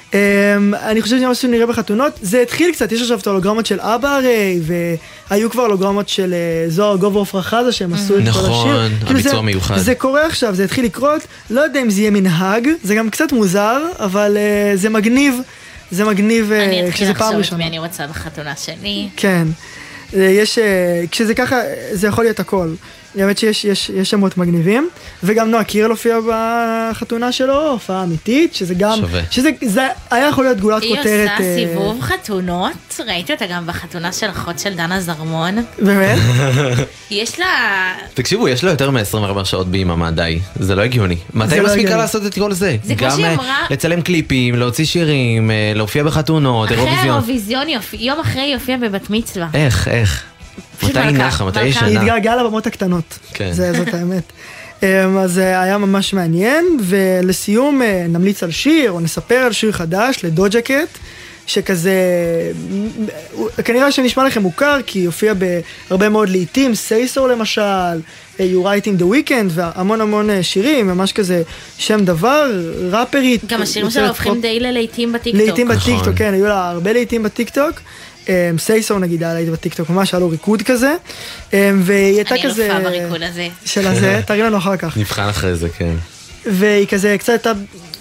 Speaker 10: אני חושב שזה משהו נראה בחתונות, זה התחיל קצת, יש עכשיו את ההולוגרמות של אבא הרי, והיו כבר הולוגרמות של זוהר גוב ועופרה חזה שהם עשו את כל השיר.
Speaker 1: נכון, הביצוע מיוחד.
Speaker 10: זה קורה עכשיו, זה התחיל לקרות, לא יודע אם זה יהיה מנהג, זה גם קצת מוזר, אבל זה מגניב, זה מגניב כשזה פעם ראשונה.
Speaker 2: אני אתחיל לחשוב את מי אני רוצה בחתונה שלי.
Speaker 10: כן, יש, כשזה ככה, זה יכול להיות הכל. האמת שיש יש, יש שמות מגניבים, וגם נועה קירל הופיע בחתונה שלו, הופעה אמיתית, שזה גם, שווה. שזה זה היה יכול להיות גולת
Speaker 2: היא
Speaker 10: כותרת.
Speaker 2: היא עושה סיבוב חתונות, ראיתי אותה גם בחתונה של אחות של דנה זרמון.
Speaker 10: באמת?
Speaker 2: יש לה...
Speaker 1: תקשיבו, יש לה יותר מ-עשרים וארבע שעות ביממה, די, זה לא הגיוני. מתי מספיקה לעשות את כל זה?
Speaker 2: זה כמו שהיא אמרה...
Speaker 1: גם לצלם קליפים, להוציא שירים, להופיע בחתונות, אירוויזיון.
Speaker 2: אחרי האירוויזיון, יום אחרי היא הופיעה בבת מצווה.
Speaker 1: איך, איך? מתי היא נחה, מתי היא שנה?
Speaker 10: היא התגעגעה לבמות הקטנות, זאת האמת. אז היה ממש מעניין, ולסיום נמליץ על שיר, או נספר על שיר חדש לדוג'ה קט, שכזה, כנראה שנשמע לכם מוכר, כי יופיע בהרבה מאוד לעיתים, Say So למשל, You Write in the Weekend, והמון המון שירים, ממש כזה שם דבר, ראפרית.
Speaker 2: גם השירים שלו הופכים די ללעיתים בטיקטוק.
Speaker 10: לעיתים בטיקטוק, כן, היו לה הרבה לעיתים בטיקטוק. סייסו נגיד היה להיט בטיקטוק, ממש היה לו ריקוד כזה, והיא הייתה כזה...
Speaker 2: אני אלופה בריקוד הזה.
Speaker 10: של הזה, תראי לנו אחר כך.
Speaker 1: נבחן אחרי זה, כן.
Speaker 10: והיא כזה קצת הייתה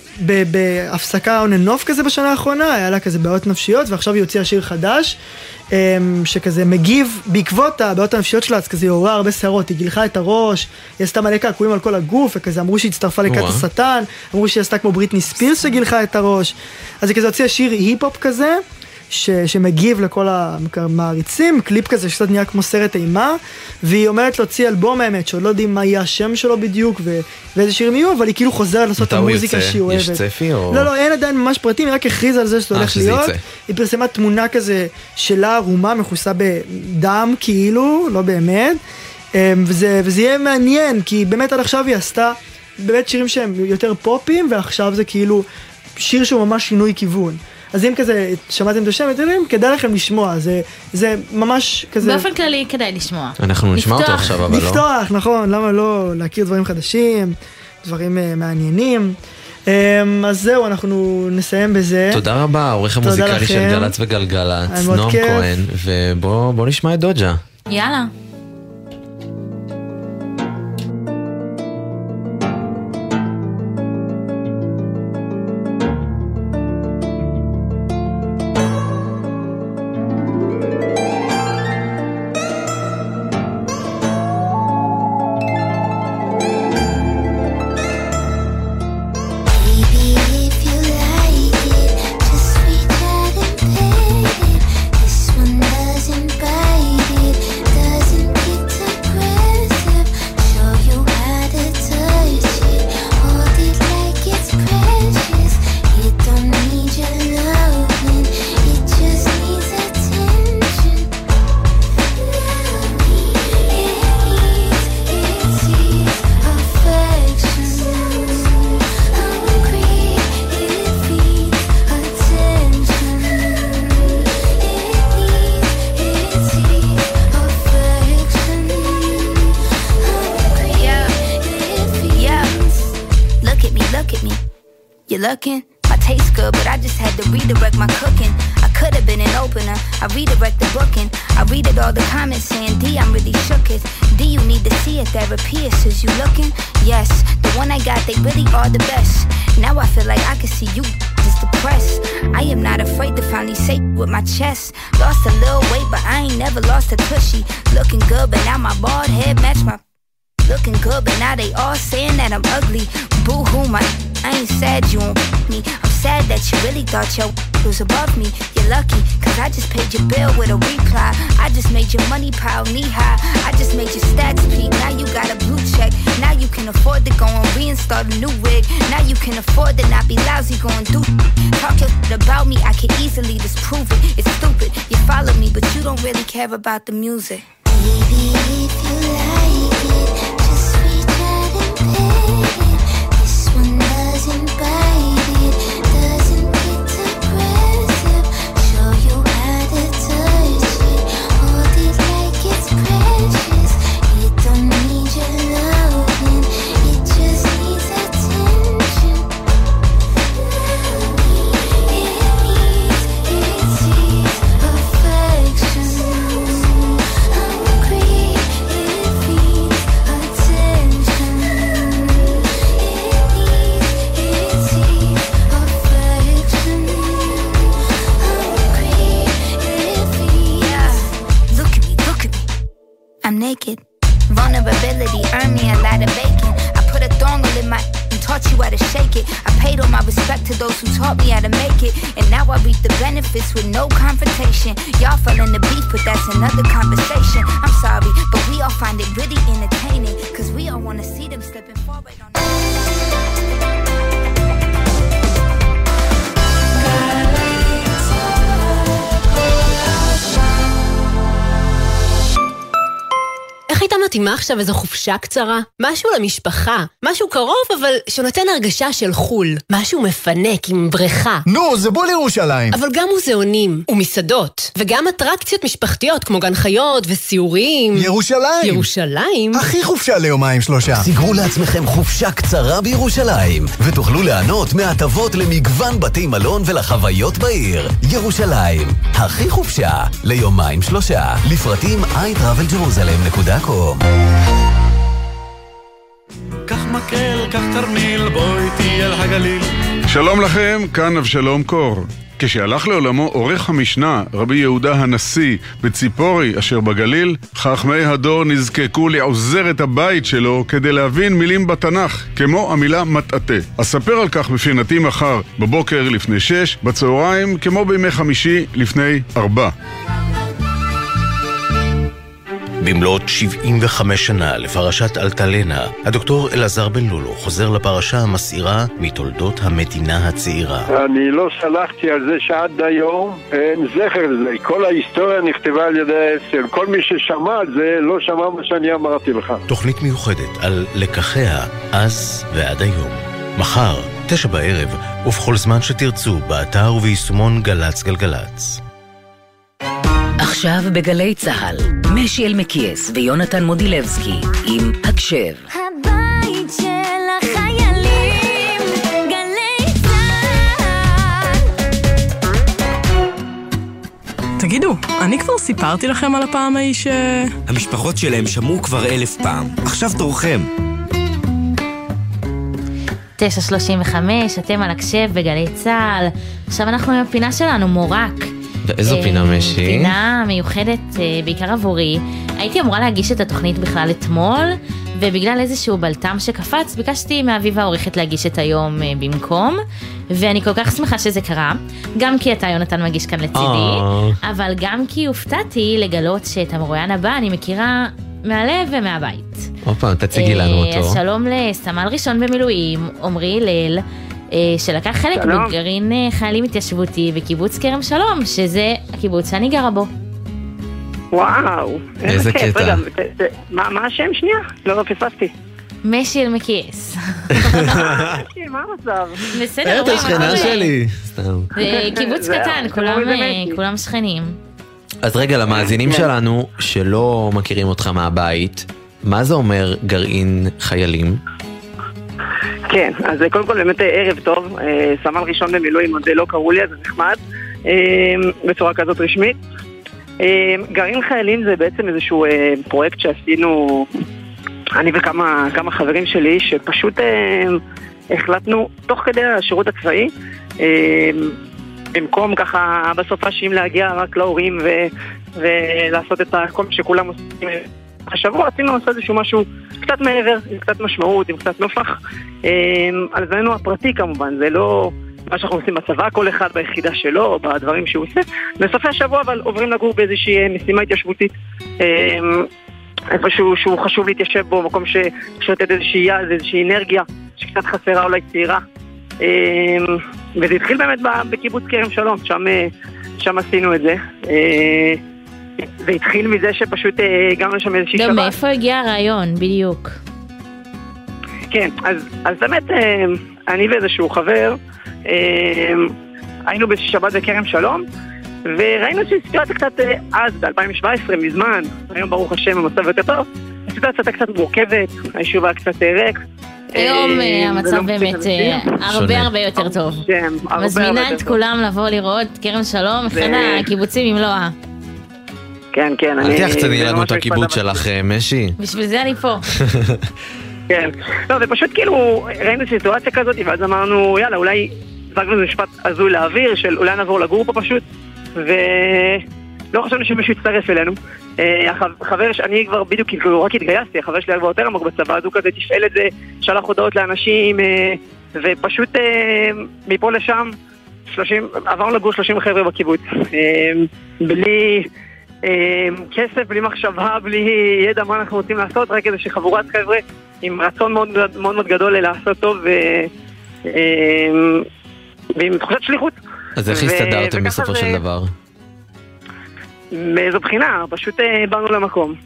Speaker 10: בהפסקה און-אנ-אוף כזה בשנה האחרונה, היה לה כזה בעיות נפשיות, ועכשיו היא הוציאה שיר חדש, שכזה מגיב בעקבות הבעיות הנפשיות שלה, אז כזה היא עוררה הרבה שערות, היא גילחה את הראש, היא עשתה מלא קעקועים על כל הגוף, וכזה אמרו שהיא הצטרפה לכת השטן, אמרו שהיא עשתה כמו בריטני ספירס שגילחה את הראש, אז היא כזה הוציאה שיר היפ-הופ כזה, ש, שמגיב לכל המעריצים, קליפ כזה שקצת נהיה כמו סרט אימה, והיא אומרת להוציא אלבום האמת, שעוד לא יודעים מה יהיה השם שלו בדיוק, ו, ואיזה שירים יהיו, אבל היא כאילו חוזרת לעשות את המוזיקה שהיא אוהבת.
Speaker 1: יש צפי או...
Speaker 10: לא, לא, אין עדיין ממש פרטים, היא רק הכריזה על זה שזה הולך להיות. היא פרסמה תמונה כזה שלה ערומה, מכוסה בדם כאילו, לא באמת, וזה, וזה יהיה מעניין, כי באמת עד עכשיו היא עשתה באמת שירים שהם יותר פופים, ועכשיו זה כאילו שיר שהוא ממש שינוי כיוון. אז אם כזה, שמעתם את השם, אתם יודעים, כדאי לכם לשמוע, זה, זה ממש כזה...
Speaker 2: באופן כללי כדאי לשמוע.
Speaker 1: אנחנו נשמע אותו עכשיו, אבל לא.
Speaker 10: לפתוח, נכון, למה לא להכיר דברים חדשים, דברים uh, מעניינים. Um, אז זהו, אנחנו נסיים בזה.
Speaker 1: תודה רבה, העורך המוזיקלי של גלץ וגלגלץ, נועם כהן, ובוא נשמע את דוג'ה.
Speaker 2: יאללה.
Speaker 11: Looking, my taste good, but I just had to redirect my cooking. I could have been an opener, I redirect the booking. I read it all the comments saying, D, I'm really shook it. D, you need to see a therapist, is you looking? Yes, the one I got, they really are the best. Now I feel like I can see you just depressed. I am not afraid to finally say with my chest. Lost a little weight, but I ain't never lost a tushy. Looking good, but now my bald head match my... Looking good, but now they all saying that I'm ugly. Boo-hoo, my... I ain't sad you won't me. I'm sad that you really thought your was above me. You're lucky, cause I just paid your bill with a reply. I just made your money pile knee high. I just made your stats peak. Now you got a blue check. Now you can afford to go and reinstall a new wig. Now you can afford to not be lousy going do. Talk your shit about me, I can easily disprove it. It's stupid, you follow me, but you don't really care about the music. Baby, if you like it, just reach out and pay it. This one doesn't bite it, doesn't get aggressive. Show you how to touch it, hold it like it's precious. It don't need your loving, it just needs attention. It I'm naked. Vulnerability earned me a lot of bacon. I put a thong in my and taught you how to shake it. I paid all my respect to those who taught me how to make it. And now I reap the benefits with no confrontation. Y'all fell in the beef, but that's another conversation. I'm sorry, but we all find it really entertaining. Cause we all wanna see them slipping forward on
Speaker 12: איך הייתה מתאימה עכשיו איזו חופשה קצרה? משהו למשפחה, משהו קרוב אבל שנותן הרגשה של חול, משהו מפנק עם בריכה.
Speaker 13: נו, זה בוא לירושלים.
Speaker 12: אבל גם מוזיאונים ומסעדות, וגם אטרקציות משפחתיות כמו גן חיות וסיורים.
Speaker 13: ירושלים.
Speaker 12: ירושלים?
Speaker 13: הכי חופשה ליומיים שלושה.
Speaker 14: סגרו לעצמכם חופשה קצרה בירושלים, ותוכלו ליהנות מהטבות למגוון בתי מלון ולחוויות בעיר. ירושלים, הכי חופשה ליומיים שלושה. לפרטים איי טראבל ג'רוזלם נקודה קום.
Speaker 6: קח מקל, קח תרמיל, בואי איתי אל הגליל.
Speaker 15: שלום לכם, כאן אבשלום קור. כשהלך לעולמו עורך המשנה, רבי יהודה הנשיא, בציפורי אשר בגליל, חכמי הדור נזקקו לעוזרת הבית שלו כדי להבין מילים בתנ"ך, כמו המילה מטאטה. אספר על כך בפינתי מחר, בבוקר לפני שש, בצהריים, כמו בימי חמישי לפני ארבע.
Speaker 16: במלאת שבעים וחמש שנה לפרשת אלטלנה, הדוקטור אלעזר בן לולו חוזר לפרשה המסעירה מתולדות המדינה הצעירה.
Speaker 17: אני לא סלחתי על זה שעד היום אין זכר לזה. כל ההיסטוריה נכתבה על ידי האצ"ל. כל מי ששמע על זה לא שמע מה שאני אמרתי לך.
Speaker 16: תוכנית מיוחדת על לקחיה אז ועד היום. מחר, תשע בערב, ובכל זמן שתרצו, באתר וביישומון גלץ גלגלץ.
Speaker 18: עכשיו בגלי צהל, משי אלמקייס ויונתן מודילבסקי עם הקשב.
Speaker 3: הבית של החיילים, גלי צהל.
Speaker 4: תגידו, אני כבר סיפרתי לכם על הפעם ההיא ש...
Speaker 19: המשפחות שלהם שמעו כבר אלף פעם. עכשיו תורכם.
Speaker 2: תשע שלושים וחמש, אתם על הקשב בגלי צהל. עכשיו אנחנו עם הפינה שלנו, מורק.
Speaker 1: ואיזו פינה משי?
Speaker 2: פינה מיוחדת בעיקר עבורי. הייתי אמורה להגיש את התוכנית בכלל אתמול, ובגלל איזשהו בלטם שקפץ, ביקשתי מאביבה העורכת להגיש את היום במקום, ואני כל כך שמחה שזה קרה, גם כי אתה יונתן מגיש כאן לצידי, אבל גם כי הופתעתי לגלות שאת המרואיין הבא אני מכירה מהלב ומהבית.
Speaker 1: אופה, תציגי לנו אותו.
Speaker 2: שלום לסמל ראשון במילואים, עומרי הלל, שלקח חלק בגרעין חיילים התיישבותי בקיבוץ כרם שלום, שזה הקיבוץ שאני גרה בו.
Speaker 20: וואו,
Speaker 1: איזה קטע.
Speaker 20: רגע, מה השם שנייה? לא פספסתי.
Speaker 2: משי אלמקייס.
Speaker 20: מה המצב?
Speaker 2: בסדר,
Speaker 1: את השכנה שלי. סתם.
Speaker 2: קיבוץ קטן, כולם שכנים.
Speaker 1: אז רגע, למאזינים שלנו שלא מכירים אותך מהבית, מה זה אומר גרעין חיילים?
Speaker 20: כן, אז קודם כל באמת ערב טוב, סמל ראשון במילואים, עוד לא קראו לי, אז זה נחמד, בצורה כזאת רשמית. גרעין חיילים זה בעצם איזשהו פרויקט שעשינו, אני וכמה כמה חברים שלי, שפשוט החלטנו תוך כדי השירות הצבאי, במקום ככה בסוף השעים להגיע רק להורים ולעשות את הכל שכולם עושים. השבוע עשינו לעשות איזשהו משהו קצת מעבר, עם קצת משמעות, עם קצת נופח, על זמנו הפרטי כמובן, זה לא מה שאנחנו עושים בצבא, כל אחד ביחידה שלו, בדברים שהוא עושה. בסופי השבוע אבל עוברים לגור באיזושהי משימה התיישבותית, איפשהו שהוא חשוב להתיישב בו, מקום ששוטט איזושהי יד, איזושהי אנרגיה, שקצת חסרה אולי צעירה. וזה התחיל באמת בקיבוץ כרם שלום, שם, שם עשינו את זה. זה התחיל מזה שפשוט הגענו שם איזושהי שבת.
Speaker 2: גם מאיפה הגיע הרעיון, בדיוק?
Speaker 20: כן, אז, אז באמת אני ואיזשהו חבר היינו באיזושהי שבת בכרם שלום, וראינו שסיטואציה קצת אז, ב-אלפיים שבע עשרה, מזמן, היום ברוך השם המצב יותר טוב, הסיטואציה הייתה קצת מורכבת, היישוב היה קצת ריק.
Speaker 2: היום המצב באמת הרבה הרבה יותר טוב. מזמינה את כולם לבוא לראות כרם שלום, אחד הקיבוצים עם לואה.
Speaker 20: כן, כן.
Speaker 1: אל תחצני לנו את הקיבוץ שלך, משי.
Speaker 2: בשביל זה אני פה.
Speaker 20: כן. לא, זה פשוט כאילו, ראינו סיטואציה כזאת, ואז אמרנו, יאללה, אולי, זרקנו איזה משפט הזוי לאוויר, של אולי נעבור לגור פה פשוט, לא חשבנו שמישהו יצטרף אלינו. החבר שאני כבר בדיוק, כאילו רק התגייסתי, החבר שלי היה כבר יותר עמוק בצבא, אז הוא כזה תפעל את זה, שלח הודעות לאנשים, ופשוט מפה לשם, עברנו לגור שלושים חבר'ה בקיבוץ. בלי כסף, בלי מחשבה, בלי ידע מה אנחנו רוצים לעשות, רק איזה שחבורת חבר'ה עם רצון מאוד מאוד גדול לעשות טוב, ועם תחושת שליחות.
Speaker 1: אז איך הסתדרתם בסופו של דבר?
Speaker 20: מאיזו בחינה, פשוט באנו למקום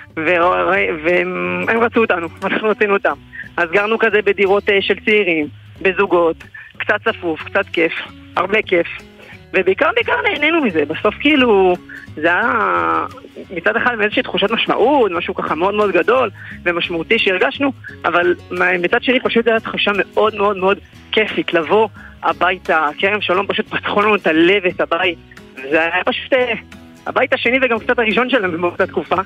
Speaker 20: והם רצו אותנו, אנחנו רצינו אותם, אז גרנו כזה בדירות של צעירים, בזוגות, קצת צפוף, קצת כיף, הרבה כיף, ובעיקר בעיקר נהנינו מזה. בסוף כאילו זה היה מצד אחד מאיזושהי תחושת משמעות, משהו ככה מאוד מאוד גדול ומשמעותי שהרגשנו, אבל מצד שני פשוט היה תחושה מאוד מאוד מאוד כיפית לבוא הביתה. כרם שלום פשוט פתחו לנו את הלב ואת הבית, זה היה פשוט הבית השני וגם קצת הראשון שלהם באותה תקופה,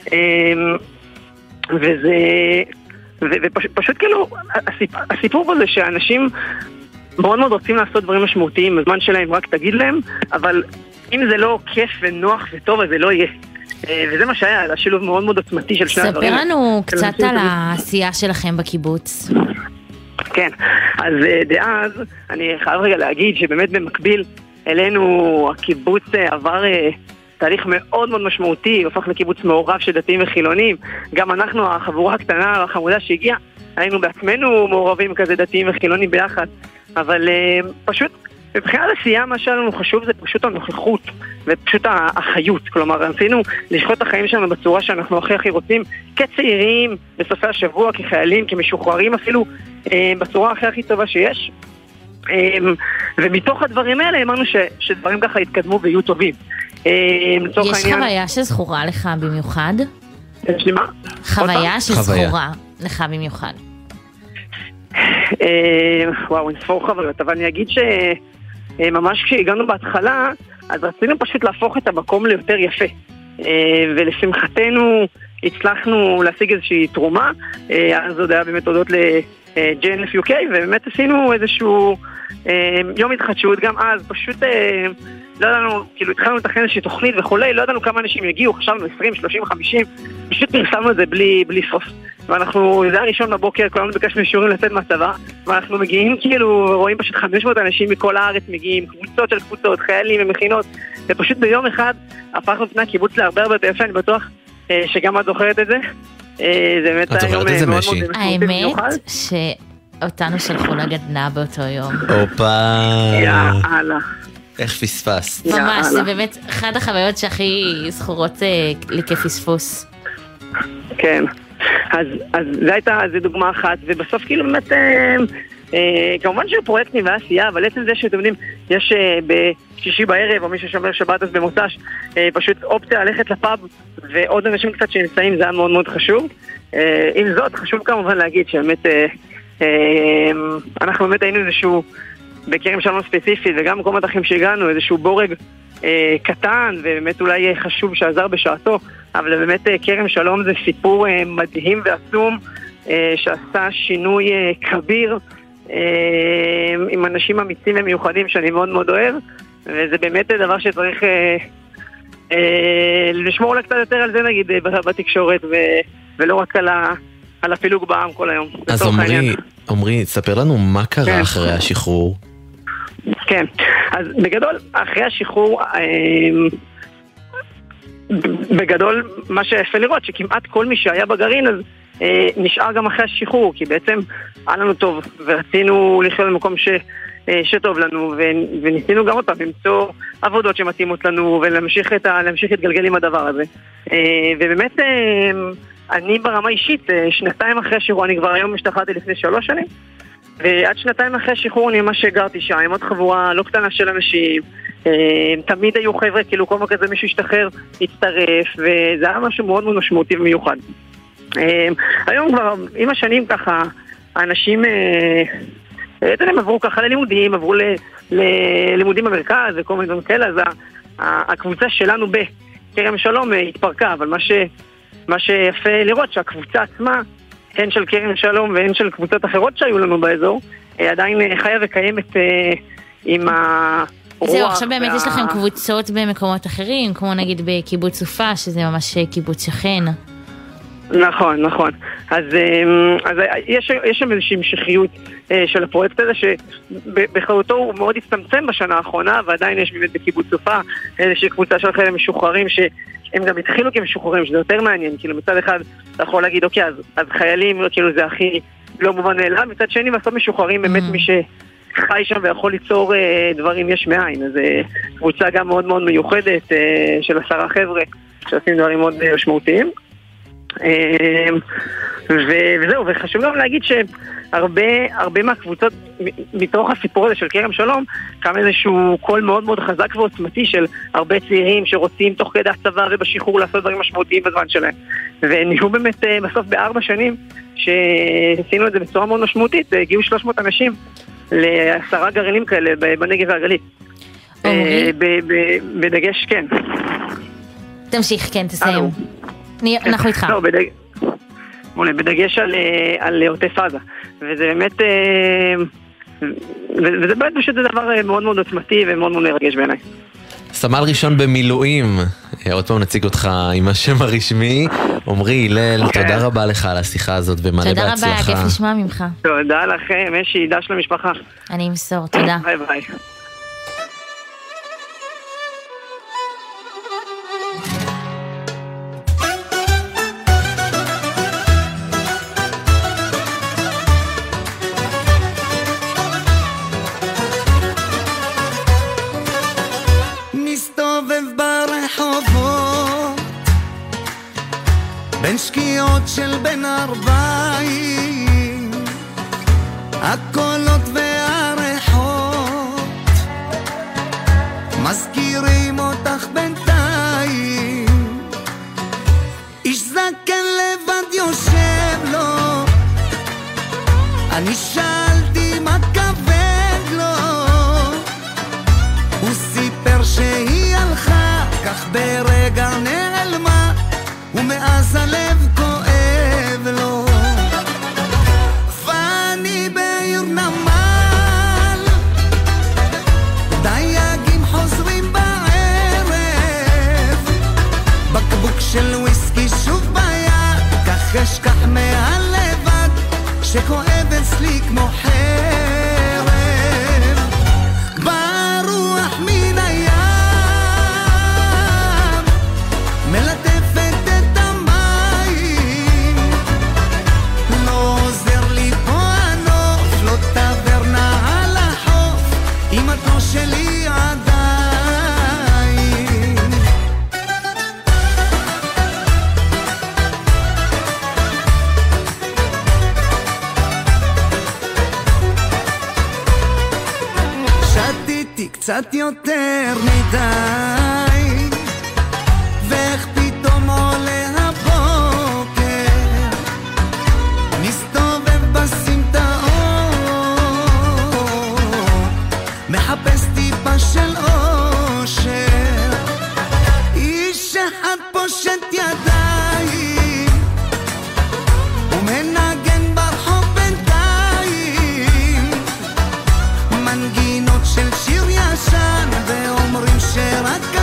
Speaker 20: וזה ופשוט כאילו הסיפור פה זה שאנשים מאוד מאוד רוצים לעשות דברים משמעותיים, הזמן שלהם רק תגיד להם, אבל אם זה לא כיף ונוח וטוב אז זה לא יהיה, וזה מה שהיה, השילוב מאוד מאוד עוצמתי של שני הדברים.
Speaker 2: ספר לנו קצת על העשייה שלכם בקיבוץ.
Speaker 20: כן, אז דאז אני חייב רגע להגיד שבאמת במקביל אלינו הקיבוץ עבר תהליך מאוד מאוד משמעותי, הופך לקיבוץ מעורב של דתיים וחילונים. גם אנחנו, החבורה הקטנה והחמודה שהגיעה, היינו בעצמנו מעורבים כזה דתיים וחילונים ביחד, אבל uh, פשוט מבחינת עשייה מה שלנו חשוב זה פשוט הנוכחות ופשוט החיות. כלומר, רצינו לשחוט את החיים שלנו בצורה שאנחנו הכי הכי רוצים, כצעירים, בסופי השבוע, כחיילים, כמשוחררים אפילו, uh, בצורה הכי הכי טובה שיש. Um, ומתוך הדברים האלה אמרנו ש, שדברים ככה יתקדמו ויהיו טובים.
Speaker 2: יש חוויה שזכורה לך במיוחד?
Speaker 20: יש לי מה?
Speaker 2: חוויה שזכורה לך במיוחד.
Speaker 20: וואו, נספור חוויות, אבל אני אגיד שממש כשהגענו בהתחלה, אז רצינו פשוט להפוך את המקום ליותר יפה. ולשמחתנו הצלחנו להשיג איזושהי תרומה, אז עוד היה באמת הודות ל-ג'יי אן אף יו קיי, ובאמת עשינו איזשהו יום התחדשות, גם אז פשוט לא ידענו, כאילו התחלנו לתכנן איזושהי תוכנית וכולי, לא ידענו כמה אנשים יגיעו, חשבנו עשרים, שלושים, חמישים, פשוט פרסמנו את זה בלי, בלי סוף. ואנחנו, זה הראשון בבוקר, כולנו ביקשנו אישורים לצאת מהצבא, ואנחנו מגיעים כאילו, רואים פשוט חמש מאות אנשים מכל הארץ מגיעים, קבוצות של קבוצות, חיילים ומכינות, ופשוט ביום אחד הפכנו פני הקיבוץ להרבה הרבה יותר יפה, אני בטוח שגם את זוכרת את זה. זה באמת
Speaker 1: את זוכרת את זה, משי?
Speaker 2: האמת שאותנו שלחו לגדנה באותו יום.
Speaker 1: אופה.
Speaker 20: יאללה.
Speaker 1: איך פספסת?
Speaker 2: ממש, זה באמת אחת החוויות שהכי זכורות לי כפספוס.
Speaker 20: כן, אז, אז זה הייתה, זה דוגמה אחת, ובסוף כאילו באמת, אה, אה, כמובן שהוא פרויקטים ועשייה, אבל עצם זה שאתם יודעים, יש אה, בשישי בערב, או מי ששומר שבת אז במוצ"ש, אה, פשוט אופציה ללכת לפאב, ועוד אנשים קצת שנמצאים, זה היה מאוד מאוד חשוב. אה, עם זאת, חשוב כמובן להגיד שבאמת, אה, אה, אנחנו באמת היינו איזשהו, בכרם שלום ספציפית, וגם במקומות אחרים שהגענו, איזשהו בורג אה, קטן, ובאמת אולי חשוב שעזר בשעתו, אבל באמת אה, כרם שלום זה סיפור אה, מדהים ועצום, אה, שעשה שינוי אה, כביר, אה, עם אנשים אמיצים ומיוחדים שאני מאוד מאוד אוהב, וזה באמת דבר שצריך אה, אה, לשמור לה קצת יותר על זה נגיד אה, בתקשורת, ו, ולא רק על, ה, על הפילוג בעם כל היום.
Speaker 1: אז עומרי, עומרי, ספר לנו מה קרה כן. אחרי השחרור.
Speaker 20: כן, אז בגדול, אחרי השחרור, בגדול, מה שיפה לראות, שכמעט כל מי שהיה בגרעין, אז נשאר גם אחרי השחרור, כי בעצם היה לנו טוב, ורצינו לחיות במקום ש, שטוב לנו, וניסינו גם אותם למצוא עבודות שמתאימות לנו, ולהמשיך את, להמשיך להתגלגל עם הדבר הזה. ובאמת, אני ברמה אישית, שנתיים אחרי השחרור, אני כבר היום השתחררתי לפני שלוש שנים, ועד שנתיים אחרי השחרור אני ממש גרתי שם, עם עוד חבורה לא קטנה של אנשים, תמיד היו חבר'ה, כאילו כל מה כזה מישהו השתחרר, הצטרף, וזה היה משהו מאוד מאוד משמעותי ומיוחד. היום כבר, עם השנים ככה, האנשים, הם עברו ככה ללימודים, עברו ללימודים במרכז וכל מיני דברים כאלה, אז הקבוצה שלנו בכרם שלום התפרקה, אבל מה ש... מה שיפה לראות שהקבוצה עצמה, הן של כרם שלום והן של קבוצות אחרות שהיו לנו באזור, עדיין חיה וקיימת עם, ה,
Speaker 2: זהו, עכשיו באמת יש לכם קבוצות במקומות אחרים, כמו נגיד בקיבוץ סופה, שזה ממש קיבוץ שכן.
Speaker 20: נכון, נכון. אז, אז יש, יש שם איזושהי המשכיות של הפרויקט הזה, שבכללותו הוא מאוד הצטמצם בשנה האחרונה, ועדיין יש באמת בקיבוץ סופה איזושהי קבוצה של חיילים משוחררים, שהם גם התחילו כמשוחררים, שזה יותר מעניין, כאילו מצד אחד אתה יכול להגיד, אוקיי, אז, אז חיילים, כאילו זה הכי לא מובן מאליו, מצד שני בסוף משוחררים באמת מי שחי שם ויכול ליצור דברים יש מאין, אז קבוצה גם מאוד מאוד מיוחדת של עשרה חבר'ה, שעושים דברים מאוד משמעותיים. וזהו, וחשוב גם להגיד שהרבה הרבה מהקבוצות מתוך הסיפור הזה של כרם שלום קם איזשהו קול מאוד מאוד חזק ועוצמתי של הרבה צעירים שרוצים תוך כדי הצבא ובשחרור לעשות דברים משמעותיים בזמן שלהם, ונהיו באמת בסוף בארבע שנים שעשינו את זה בצורה מאוד משמעותית, הגיעו שלוש מאות אנשים לעשרה גרעינים כאלה בנגב והגליל, בדגש, כן.
Speaker 2: תמשיך, כן, תסיים. אנחנו איתך.
Speaker 20: לא, בדגש על, על עוטף עזה. וזה באמת, וזה באמת פשוט דבר מאוד מאוד עוצמתי ומאוד מאוד מרגש בעיניי.
Speaker 1: סמל ראשון במילואים, עוד פעם נציג אותך עם השם הרשמי, עומרי הלל, תודה רבה לך על השיחה הזאת ומלא בהצלחה.
Speaker 2: תודה רבה, כיף לשמוע ממך.
Speaker 20: תודה לכם, יש עידה של המשפחה.
Speaker 2: אני אמסור, תודה.
Speaker 20: ביי ביי.
Speaker 6: בין שקיעות של בין ארבעים, הקולות והריחות מזכירים אותך בינתיים. איש זקן לבד יושב לו, אני שאלתי מה כבד לו, הוא סיפר שהיא הלכה, כך ברגע נעלמה, ומאז הלב כואב לו. ואני בעיר נמל, דייגים חוזרים בערב, בקבוק של וויסקי שוב ביד, כך אשכח מהלבד שכואב אצלי כמו חרב. ברוח מן הים מלטפת שלי עדיין. שתיתי קצת יותר מדי, ואיך פתאום עולה הבוקר, מסתובב בסמטאות, מחפש טיפה של אושר, איש אחד פושט ידיים ומנגן ברחוב בינתיים מנגינות של שיר ישן, ואומרים שרק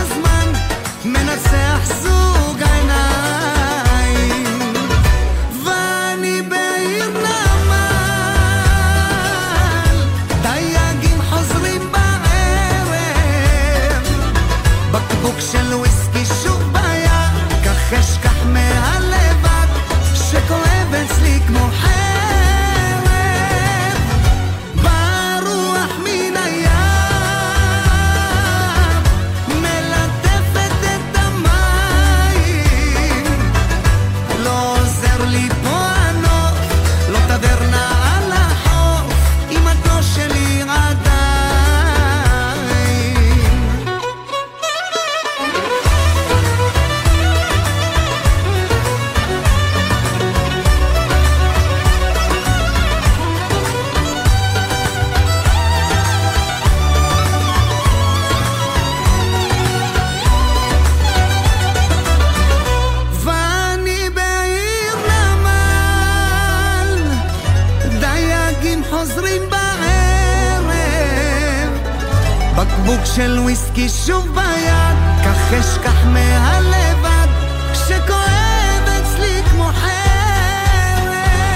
Speaker 21: בקבוק של וויסקי שוב ביד, כך אשכח מהלבד שכואב אצלי כמו חרב,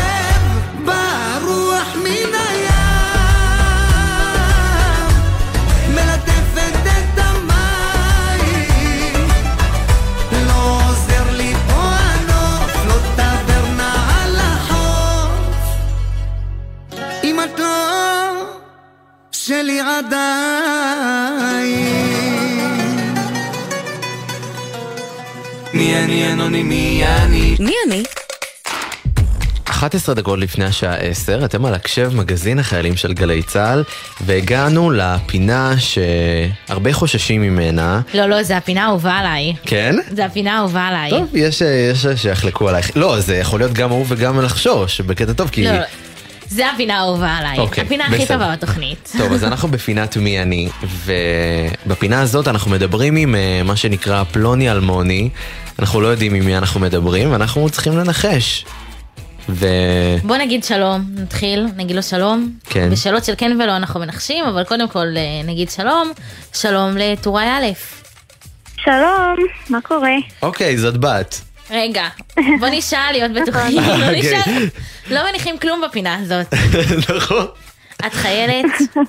Speaker 21: ברוח מן הים מלטפת את המים, לא עוזר לי פה הנוף, לא טברנה על החוף, אם את לא שלי עדיין. מי אני אנוני מי אני
Speaker 18: מי אני?
Speaker 1: אחת עשרה דקות לפני השעה עשר, אתם על הקשב מגזין החיילים של גלי צהל, והגענו לפינה שהרבה חוששים ממנה.
Speaker 2: לא, לא, זה הפינה האהובה עליי.
Speaker 1: כן?
Speaker 2: זה הפינה האהובה עליי.
Speaker 1: טוב, יש, יש שיחלקו עלייך. לא, זה יכול להיות גם אהוב וגם לחשוש, בקטע טוב, כי...
Speaker 2: לא, זה הפינה האהובה עליי.
Speaker 1: אוקיי,
Speaker 2: הפינה הכי
Speaker 1: בסדר.
Speaker 2: טובה בתוכנית.
Speaker 1: טוב, אז אנחנו בפינת מי אני, ובפינה הזאת אנחנו מדברים עם uh, מה שנקרא פלוני אלמוני. אנחנו לא יודעים עם מי אנחנו מדברים, ואנחנו צריכים לנחש. ו...
Speaker 2: בוא נגיד שלום, נתחיל, נגיד לו שלום.
Speaker 1: כן.
Speaker 2: בשאלות של כן ולא אנחנו מנחשים, אבל קודם כל נגיד שלום. שלום לטוראי א'.
Speaker 22: שלום, מה קורה?
Speaker 1: אוקיי, זאת בת.
Speaker 2: רגע, בוא נשאל להיות בטוחים. לא נשאל, לא מניחים כלום בפינה הזאת.
Speaker 1: נכון.
Speaker 2: את חיילת?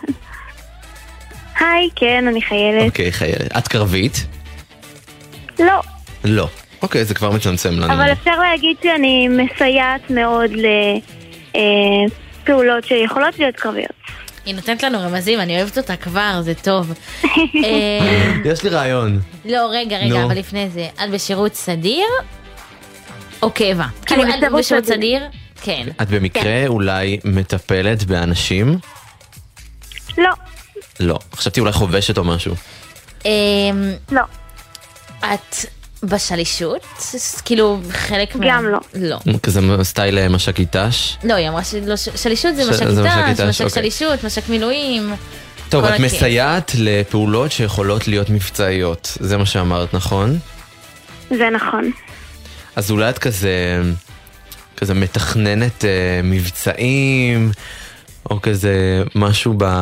Speaker 22: היי, כן, אני חיילת.
Speaker 1: אוקיי, חיילת. את קרבית?
Speaker 22: לא,
Speaker 1: לא. אוקיי, זה כבר מצמצם לנו.
Speaker 22: אבל אפשר להגיד שאני מסייעת מאוד לפעולות שיכולות להיות קרביות.
Speaker 2: היא נותנת לנו רמזים, אני אוהבת אותה כבר, זה טוב.
Speaker 1: יש לי רעיון.
Speaker 2: לא, רגע, רגע, אבל לפני זה, את בשירות סדיר או קבע? כאילו, את בשירות סדיר? כן.
Speaker 1: את במקרה אולי מטפלת באנשים?
Speaker 22: לא.
Speaker 1: לא. חשבתי אולי חובשת או משהו.
Speaker 22: לא.
Speaker 2: את בשלישות? כאילו, חלק מה...
Speaker 22: גם לא.
Speaker 2: לא.
Speaker 1: כזה סטייל מש"קיטש?
Speaker 2: לא, היא אמרה ששלישות זה מש"קיטש, מש"ק שלישות, מש"ק מילואים.
Speaker 1: טוב, את מסייעת לפעולות שיכולות להיות מבצעיות. זה מה שאמרת, נכון?
Speaker 22: זה נכון.
Speaker 1: אז אולי את כזה, כזה מתכננת אה, מבצעים, או כזה משהו ב...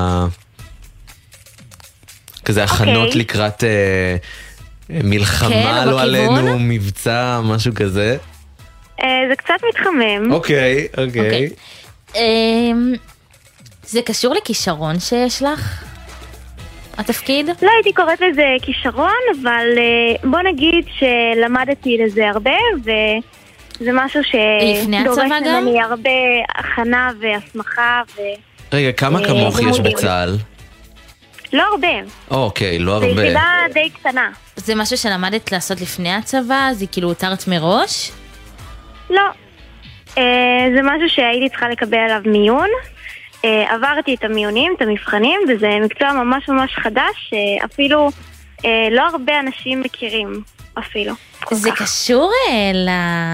Speaker 1: כזה הכנות
Speaker 22: אוקיי.
Speaker 1: לקראת אה, מלחמה,
Speaker 22: כן,
Speaker 1: לא
Speaker 22: בכיוון?
Speaker 1: עלינו, מבצע, משהו כזה.
Speaker 22: אה, זה קצת מתחמם.
Speaker 1: אוקיי, אוקיי.
Speaker 2: אמ, זה קשור לכישרון שיש לך? התפקיד?
Speaker 22: לא הייתי קוראת לזה כישרון, אבל אה, בוא נגיד שלמדתי לזה הרבה, וזה משהו
Speaker 2: לפני
Speaker 22: שדורש
Speaker 2: הצבא גם?
Speaker 22: ממני הרבה הכנה והסמכה. ו...
Speaker 1: רגע, כמה
Speaker 22: אה,
Speaker 1: כמוך יש
Speaker 22: לימודים.
Speaker 1: בצה"ל?
Speaker 22: לא הרבה.
Speaker 1: אוקיי, לא
Speaker 22: זה
Speaker 1: הרבה.
Speaker 22: יחידה די קטנה.
Speaker 2: זה משהו שלמדת לעשות לפני הצבא? זה כאילו הותרת מראש?
Speaker 22: לא. אה, זה משהו שהייתי צריכה לקבל עליו מיון. אה, עברתי את המיונים, את המבחנים, וזה מקצוע ממש ממש חדש, אפילו אה, לא הרבה אנשים מכירים אפילו.
Speaker 2: זה קשור אה, ל...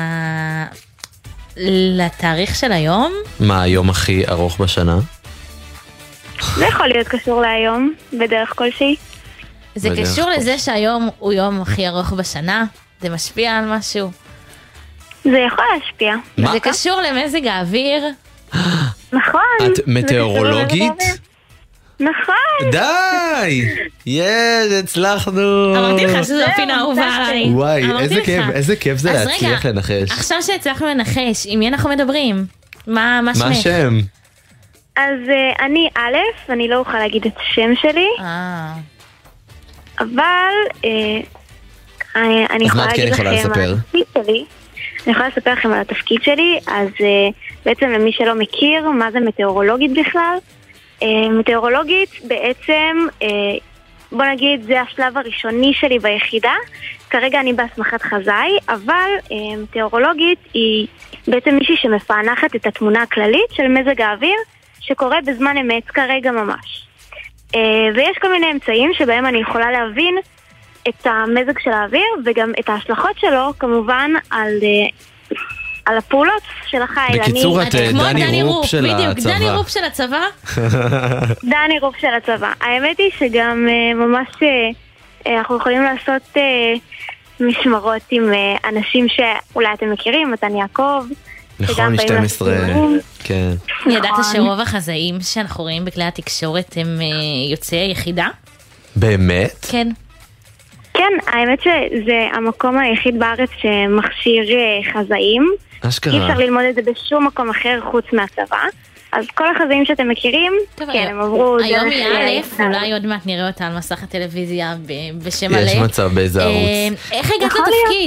Speaker 2: לתאריך של היום?
Speaker 1: מה היום הכי ארוך בשנה?
Speaker 22: זה יכול להיות קשור להיום, בדרך כלשהי.
Speaker 2: זה
Speaker 1: בדרך
Speaker 2: קשור
Speaker 1: כלשהי.
Speaker 2: לזה שהיום הוא יום הכי ארוך בשנה? זה משפיע על משהו?
Speaker 22: זה יכול להשפיע.
Speaker 1: מה?
Speaker 2: זה קשור למזג האוויר?
Speaker 22: נכון.
Speaker 1: את
Speaker 22: זה
Speaker 1: מטאורולוגית?
Speaker 22: קשור למזג האוויר. נכון.
Speaker 1: די! יש, הצלחנו!
Speaker 2: אמרתי לך שזו הפינה האהובה עליי.
Speaker 1: וואי,
Speaker 2: אמרתי
Speaker 1: איזה
Speaker 2: לך.
Speaker 1: כיף, איזה כיף זה
Speaker 2: אז
Speaker 1: להצליח
Speaker 2: רגע,
Speaker 1: לנחש.
Speaker 2: עכשיו שהצלחנו לנחש, עם מי אנחנו מדברים? מה מה שמך?
Speaker 1: מה השם?
Speaker 22: אז uh, אני א', אני לא אוכל להגיד את השם שלי,
Speaker 2: אה.
Speaker 22: אבל uh, אני, אני
Speaker 1: אז
Speaker 22: יכולה
Speaker 1: מה את כן
Speaker 22: להגיד
Speaker 1: יכולה
Speaker 22: לכם
Speaker 1: לספר?
Speaker 22: על התפקיד שלי. אני יכולה לספר לכם על התפקיד שלי, אז uh, בעצם למי שלא מכיר, מה זה מטאורולוגית בכלל? Uh, מטאורולוגית בעצם, uh, בוא נגיד, זה השלב הראשוני שלי ביחידה. כרגע אני בהסמכת חזאי, אבל uh, מטאורולוגית היא בעצם מישהי שמפענחת את התמונה הכללית של מזג האוויר, שקורה בזמן אמת כרגע ממש. Uh, ויש כל מיני אמצעים שבהם אני יכולה להבין את המזג של האוויר, וגם את ההשלכות שלו, כמובן, על, uh, על הפעולות של החיל.
Speaker 1: בקיצור,
Speaker 22: אני...
Speaker 1: את דני רופ של הצבא.
Speaker 2: בדיוק, דני רופ של הצבא?
Speaker 22: דני רופ של הצבא. האמת היא שגם uh, ממש uh, uh, אנחנו יכולים לעשות uh, משמרות עם uh, אנשים שאולי אתם מכירים, מתן יעקב.
Speaker 1: נכון, שתים עשרה, כן.
Speaker 2: ידעת שרוב החזאים שאנחנו רואים בכלי התקשורת הם uh, יוצאי יחידה?
Speaker 1: באמת?
Speaker 2: כן.
Speaker 22: כן, האמת שזה המקום היחיד בארץ שמכשיר חזאים.
Speaker 1: אשכרה.
Speaker 22: אי אפשר ללמוד את זה בשום מקום אחר חוץ מהצבא. אז כל החזאים שאתם מכירים, כן, הם עברו דרך...
Speaker 2: היום היא א', אולי עוד מעט נראה אותה על מסך הטלוויזיה בשם מלא.
Speaker 1: יש מצב באיזה ערוץ.
Speaker 2: איך הגעת לתפקיד?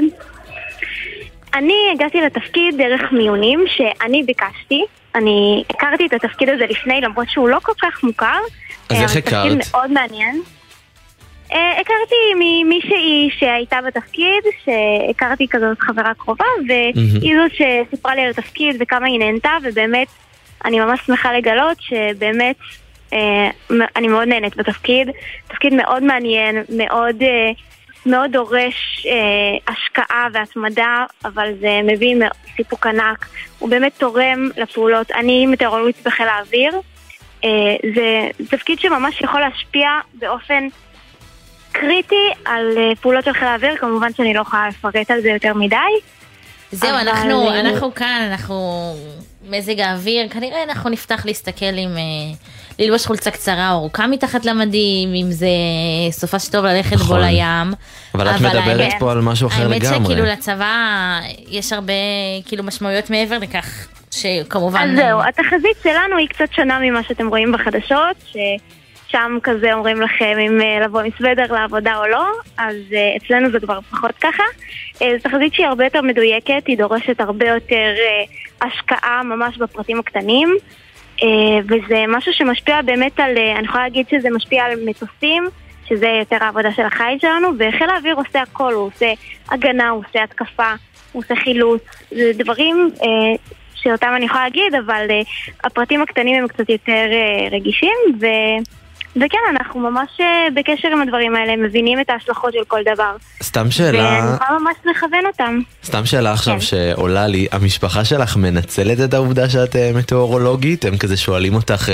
Speaker 22: אני הגעתי לתפקיד דרך מיונים שאני ביקשתי. אני הכרתי את התפקיד הזה לפני, למרות שהוא לא כל כך מוכר.
Speaker 1: אז איך הכרת?
Speaker 22: תפקיד מאוד מעניין. הכרתי ממישהי שהייתה בתפקיד, שהכרתי כזאת חברה קרובה, והיא זאת שסיפרה לי על התפקיד וכמה היא נהנתה, ובאמת אני ממש שמחה לגלות שבאמת אני מאוד נהנית בתפקיד. תפקיד מאוד מעניין, מאוד, מאוד דורש השקעה והתמדה, אבל זה מביא סיפוק ענק. הוא באמת תורם לפעולות. אני מטאורולוגית בחיל האוויר. זה תפקיד שממש יכול להשפיע באופן קריטי על פעולות של חיל האוויר, כמובן שאני לא יכולה לפרט על זה יותר מדי.
Speaker 2: זהו, אנחנו, אנחנו כאן, אנחנו מזג האוויר, כנראה אנחנו נפתח להסתכל עם, ללבוש חולצה קצרה או ארוכה מתחת למדים, אם זה סופה שטוב ללכת בו לים.
Speaker 1: אבל את מדברת פה על משהו אחר לגמרי.
Speaker 2: האמת שכאילו לצבא יש הרבה כאילו משמעויות מעבר לכך, שכמובן...
Speaker 22: אז זהו, התחזית שלנו היא קצת שונה ממה שאתם רואים בחדשות, ש... שם כזה אומרים לכם אם לבוא עם סוודר לעבודה או לא, אז uh, אצלנו זה כבר פחות ככה. Uh, זו תחזית שהיא הרבה יותר מדויקת, היא דורשת הרבה יותר uh, השקעה ממש בפרטים הקטנים, uh, וזה משהו שמשפיע באמת על, uh, אני יכולה להגיד שזה משפיע על מטוסים, שזה יותר העבודה של החייל שלנו, וחיל האוויר עושה הכל, הוא עושה הגנה, הוא עושה התקפה, הוא עושה חילוץ, זה דברים uh, שאותם אני יכולה להגיד, אבל uh, הפרטים הקטנים הם קצת יותר uh, רגישים, ו... וכן, אנחנו ממש בקשר עם הדברים האלה, מבינים את ההשלכות של כל דבר.
Speaker 1: סתם שאלה...
Speaker 22: ונוכל ממש לכוון אותם.
Speaker 1: סתם שאלה עכשיו שעולה לי, המשפחה שלך מנצלת את העובדה שאת מטאורולוגית? הם כזה שואלים אותך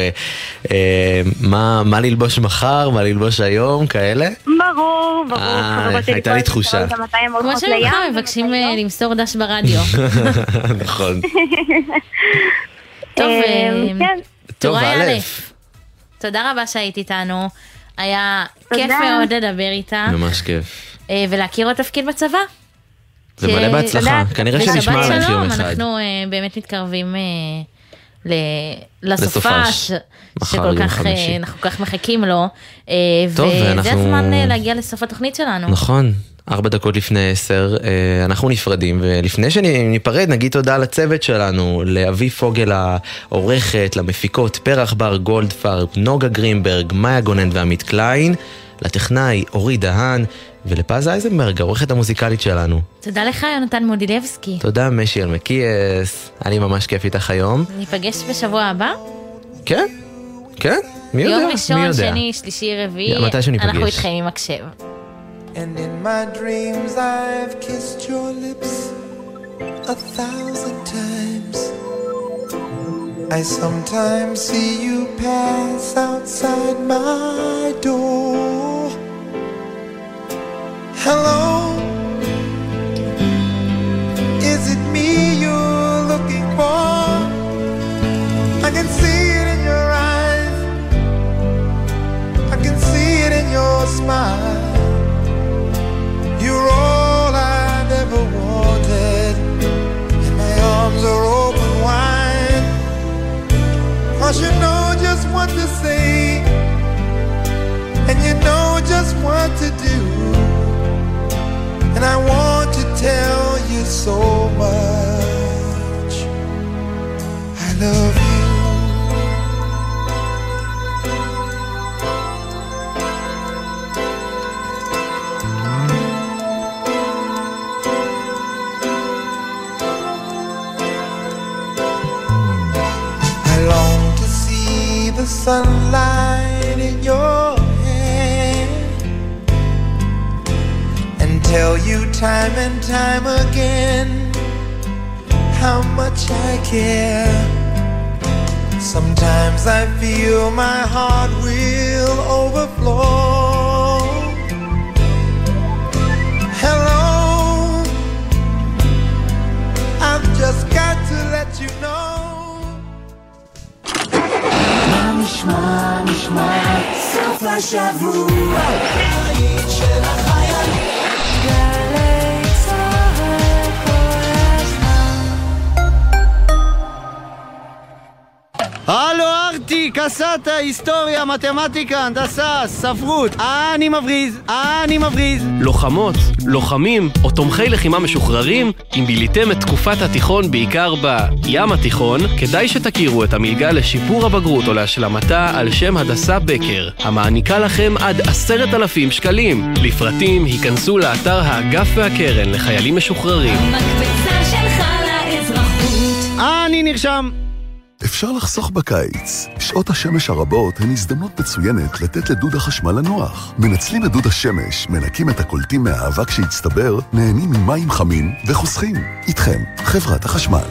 Speaker 1: מה ללבוש מחר, מה ללבוש היום, כאלה?
Speaker 22: ברור, ברור.
Speaker 1: הייתה לי תחושה.
Speaker 2: כמו שמך מבקשים למסור דש ברדיו.
Speaker 1: נכון.
Speaker 2: טוב,
Speaker 1: טוב, א'.
Speaker 2: תודה רבה שהיית איתנו, היה כיף מאוד לדבר איתה.
Speaker 1: ממש כיף.
Speaker 2: ולהכיר עוד תפקיד בצבא.
Speaker 1: זה מלא בהצלחה, כנראה שנשמע עליך יום אחד.
Speaker 2: אנחנו באמת מתקרבים לסופה שאנחנו כך מחכים לו, וזה הזמן להגיע לסוף התוכנית שלנו.
Speaker 1: נכון. ארבע דקות לפני עשר, אנחנו נפרדים, ולפני שניפרד נגיד תודה לצוות שלנו, לאבי פוגל העורכת, למפיקות פרח בר גולדפרב, נוגה גרינברג, מאיה גונן ועמית קליין, לטכנאי אורי דהן, ולפז אייזנברג, העורכת המוזיקלית שלנו.
Speaker 2: תודה לך יונתן מודילבסקי.
Speaker 1: תודה משי אלמקייס, היה לי ממש כיף איתך היום.
Speaker 2: ניפגש בשבוע הבא?
Speaker 1: כן, כן, מי יודע,
Speaker 2: יום ראשון, שני, שלישי, רביעי, אנחנו איתכם עם הקשב.
Speaker 21: And in my dreams I've kissed your lips a thousand times. I sometimes see you pass outside my door. Hello, is it me you're looking for? I can see it in your eyes, I can see it in your smile. You're all I've ever wanted, and my arms are open wide, 'cause you know just what to say, and you know just what to do, and I want to tell you so much I love you. The sunlight in your hair, and tell you time and time again how much I care. Sometimes I feel my heart will overflow. Hello, I've just got to let you know. נשמע, נשמע, סוף
Speaker 6: סוף השבוע בית של החיילים גלי צהל כל הזמן.
Speaker 5: הלו ארטי, קסטה, היסטוריה, מתמטיקה, הנדסה, ספרות. אני מבריז, אני מבריז.
Speaker 8: לוחמות, לוחמים או תומכי לחימה משוחררים, אם ביליתם את תקופת התיכון בעיקר בים התיכון, כדאי שתכירו את המלגה לשיפור הבגרות או להשלמתה על שם הדסה בקר, המעניקה לכם עד עשרת אלפים שקלים. לפרטים היכנסו לאתר האגף והקרן לחיילים משוחררים.
Speaker 3: המקבצה שלך לאזרחות.
Speaker 5: אני נרשם.
Speaker 23: אפשר לחסוך בקיץ. שעות השמש הרבות הן הזדמנות מצוינת לתת לדוד החשמל לנוח. מנצלים את דוד השמש, מנקים את הקולטים מהאבק שהצטבר, נהנים ממים חמים וחוסכים. איתכם, חברת החשמל.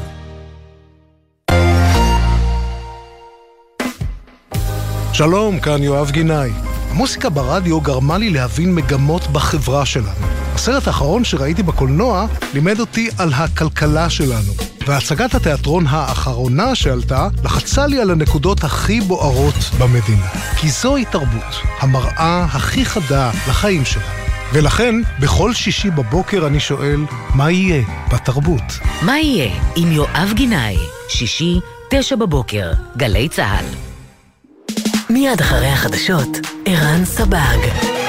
Speaker 24: שלום, כאן יואב גינאי. המוסיקה ברדיו גרמה לי להבין מגמות בחברה שלנו. הסרט האחרון שראיתי בקולנוע לימד אותי על הכלכלה שלנו. והצגת התיאטרון האחרונה שעלתה לחצה לי על הנקודות הכי בוערות במדינה. כי זוהי תרבות, המראה הכי חדה לחיים שלנו. ולכן, בכל שישי בבוקר אני שואל, מה יהיה בתרבות?
Speaker 18: מה יהיה עם יואב גינאי? שישי, תשע בבוקר, גלי צהל. מיד אחרי החדשות, ערן סבג.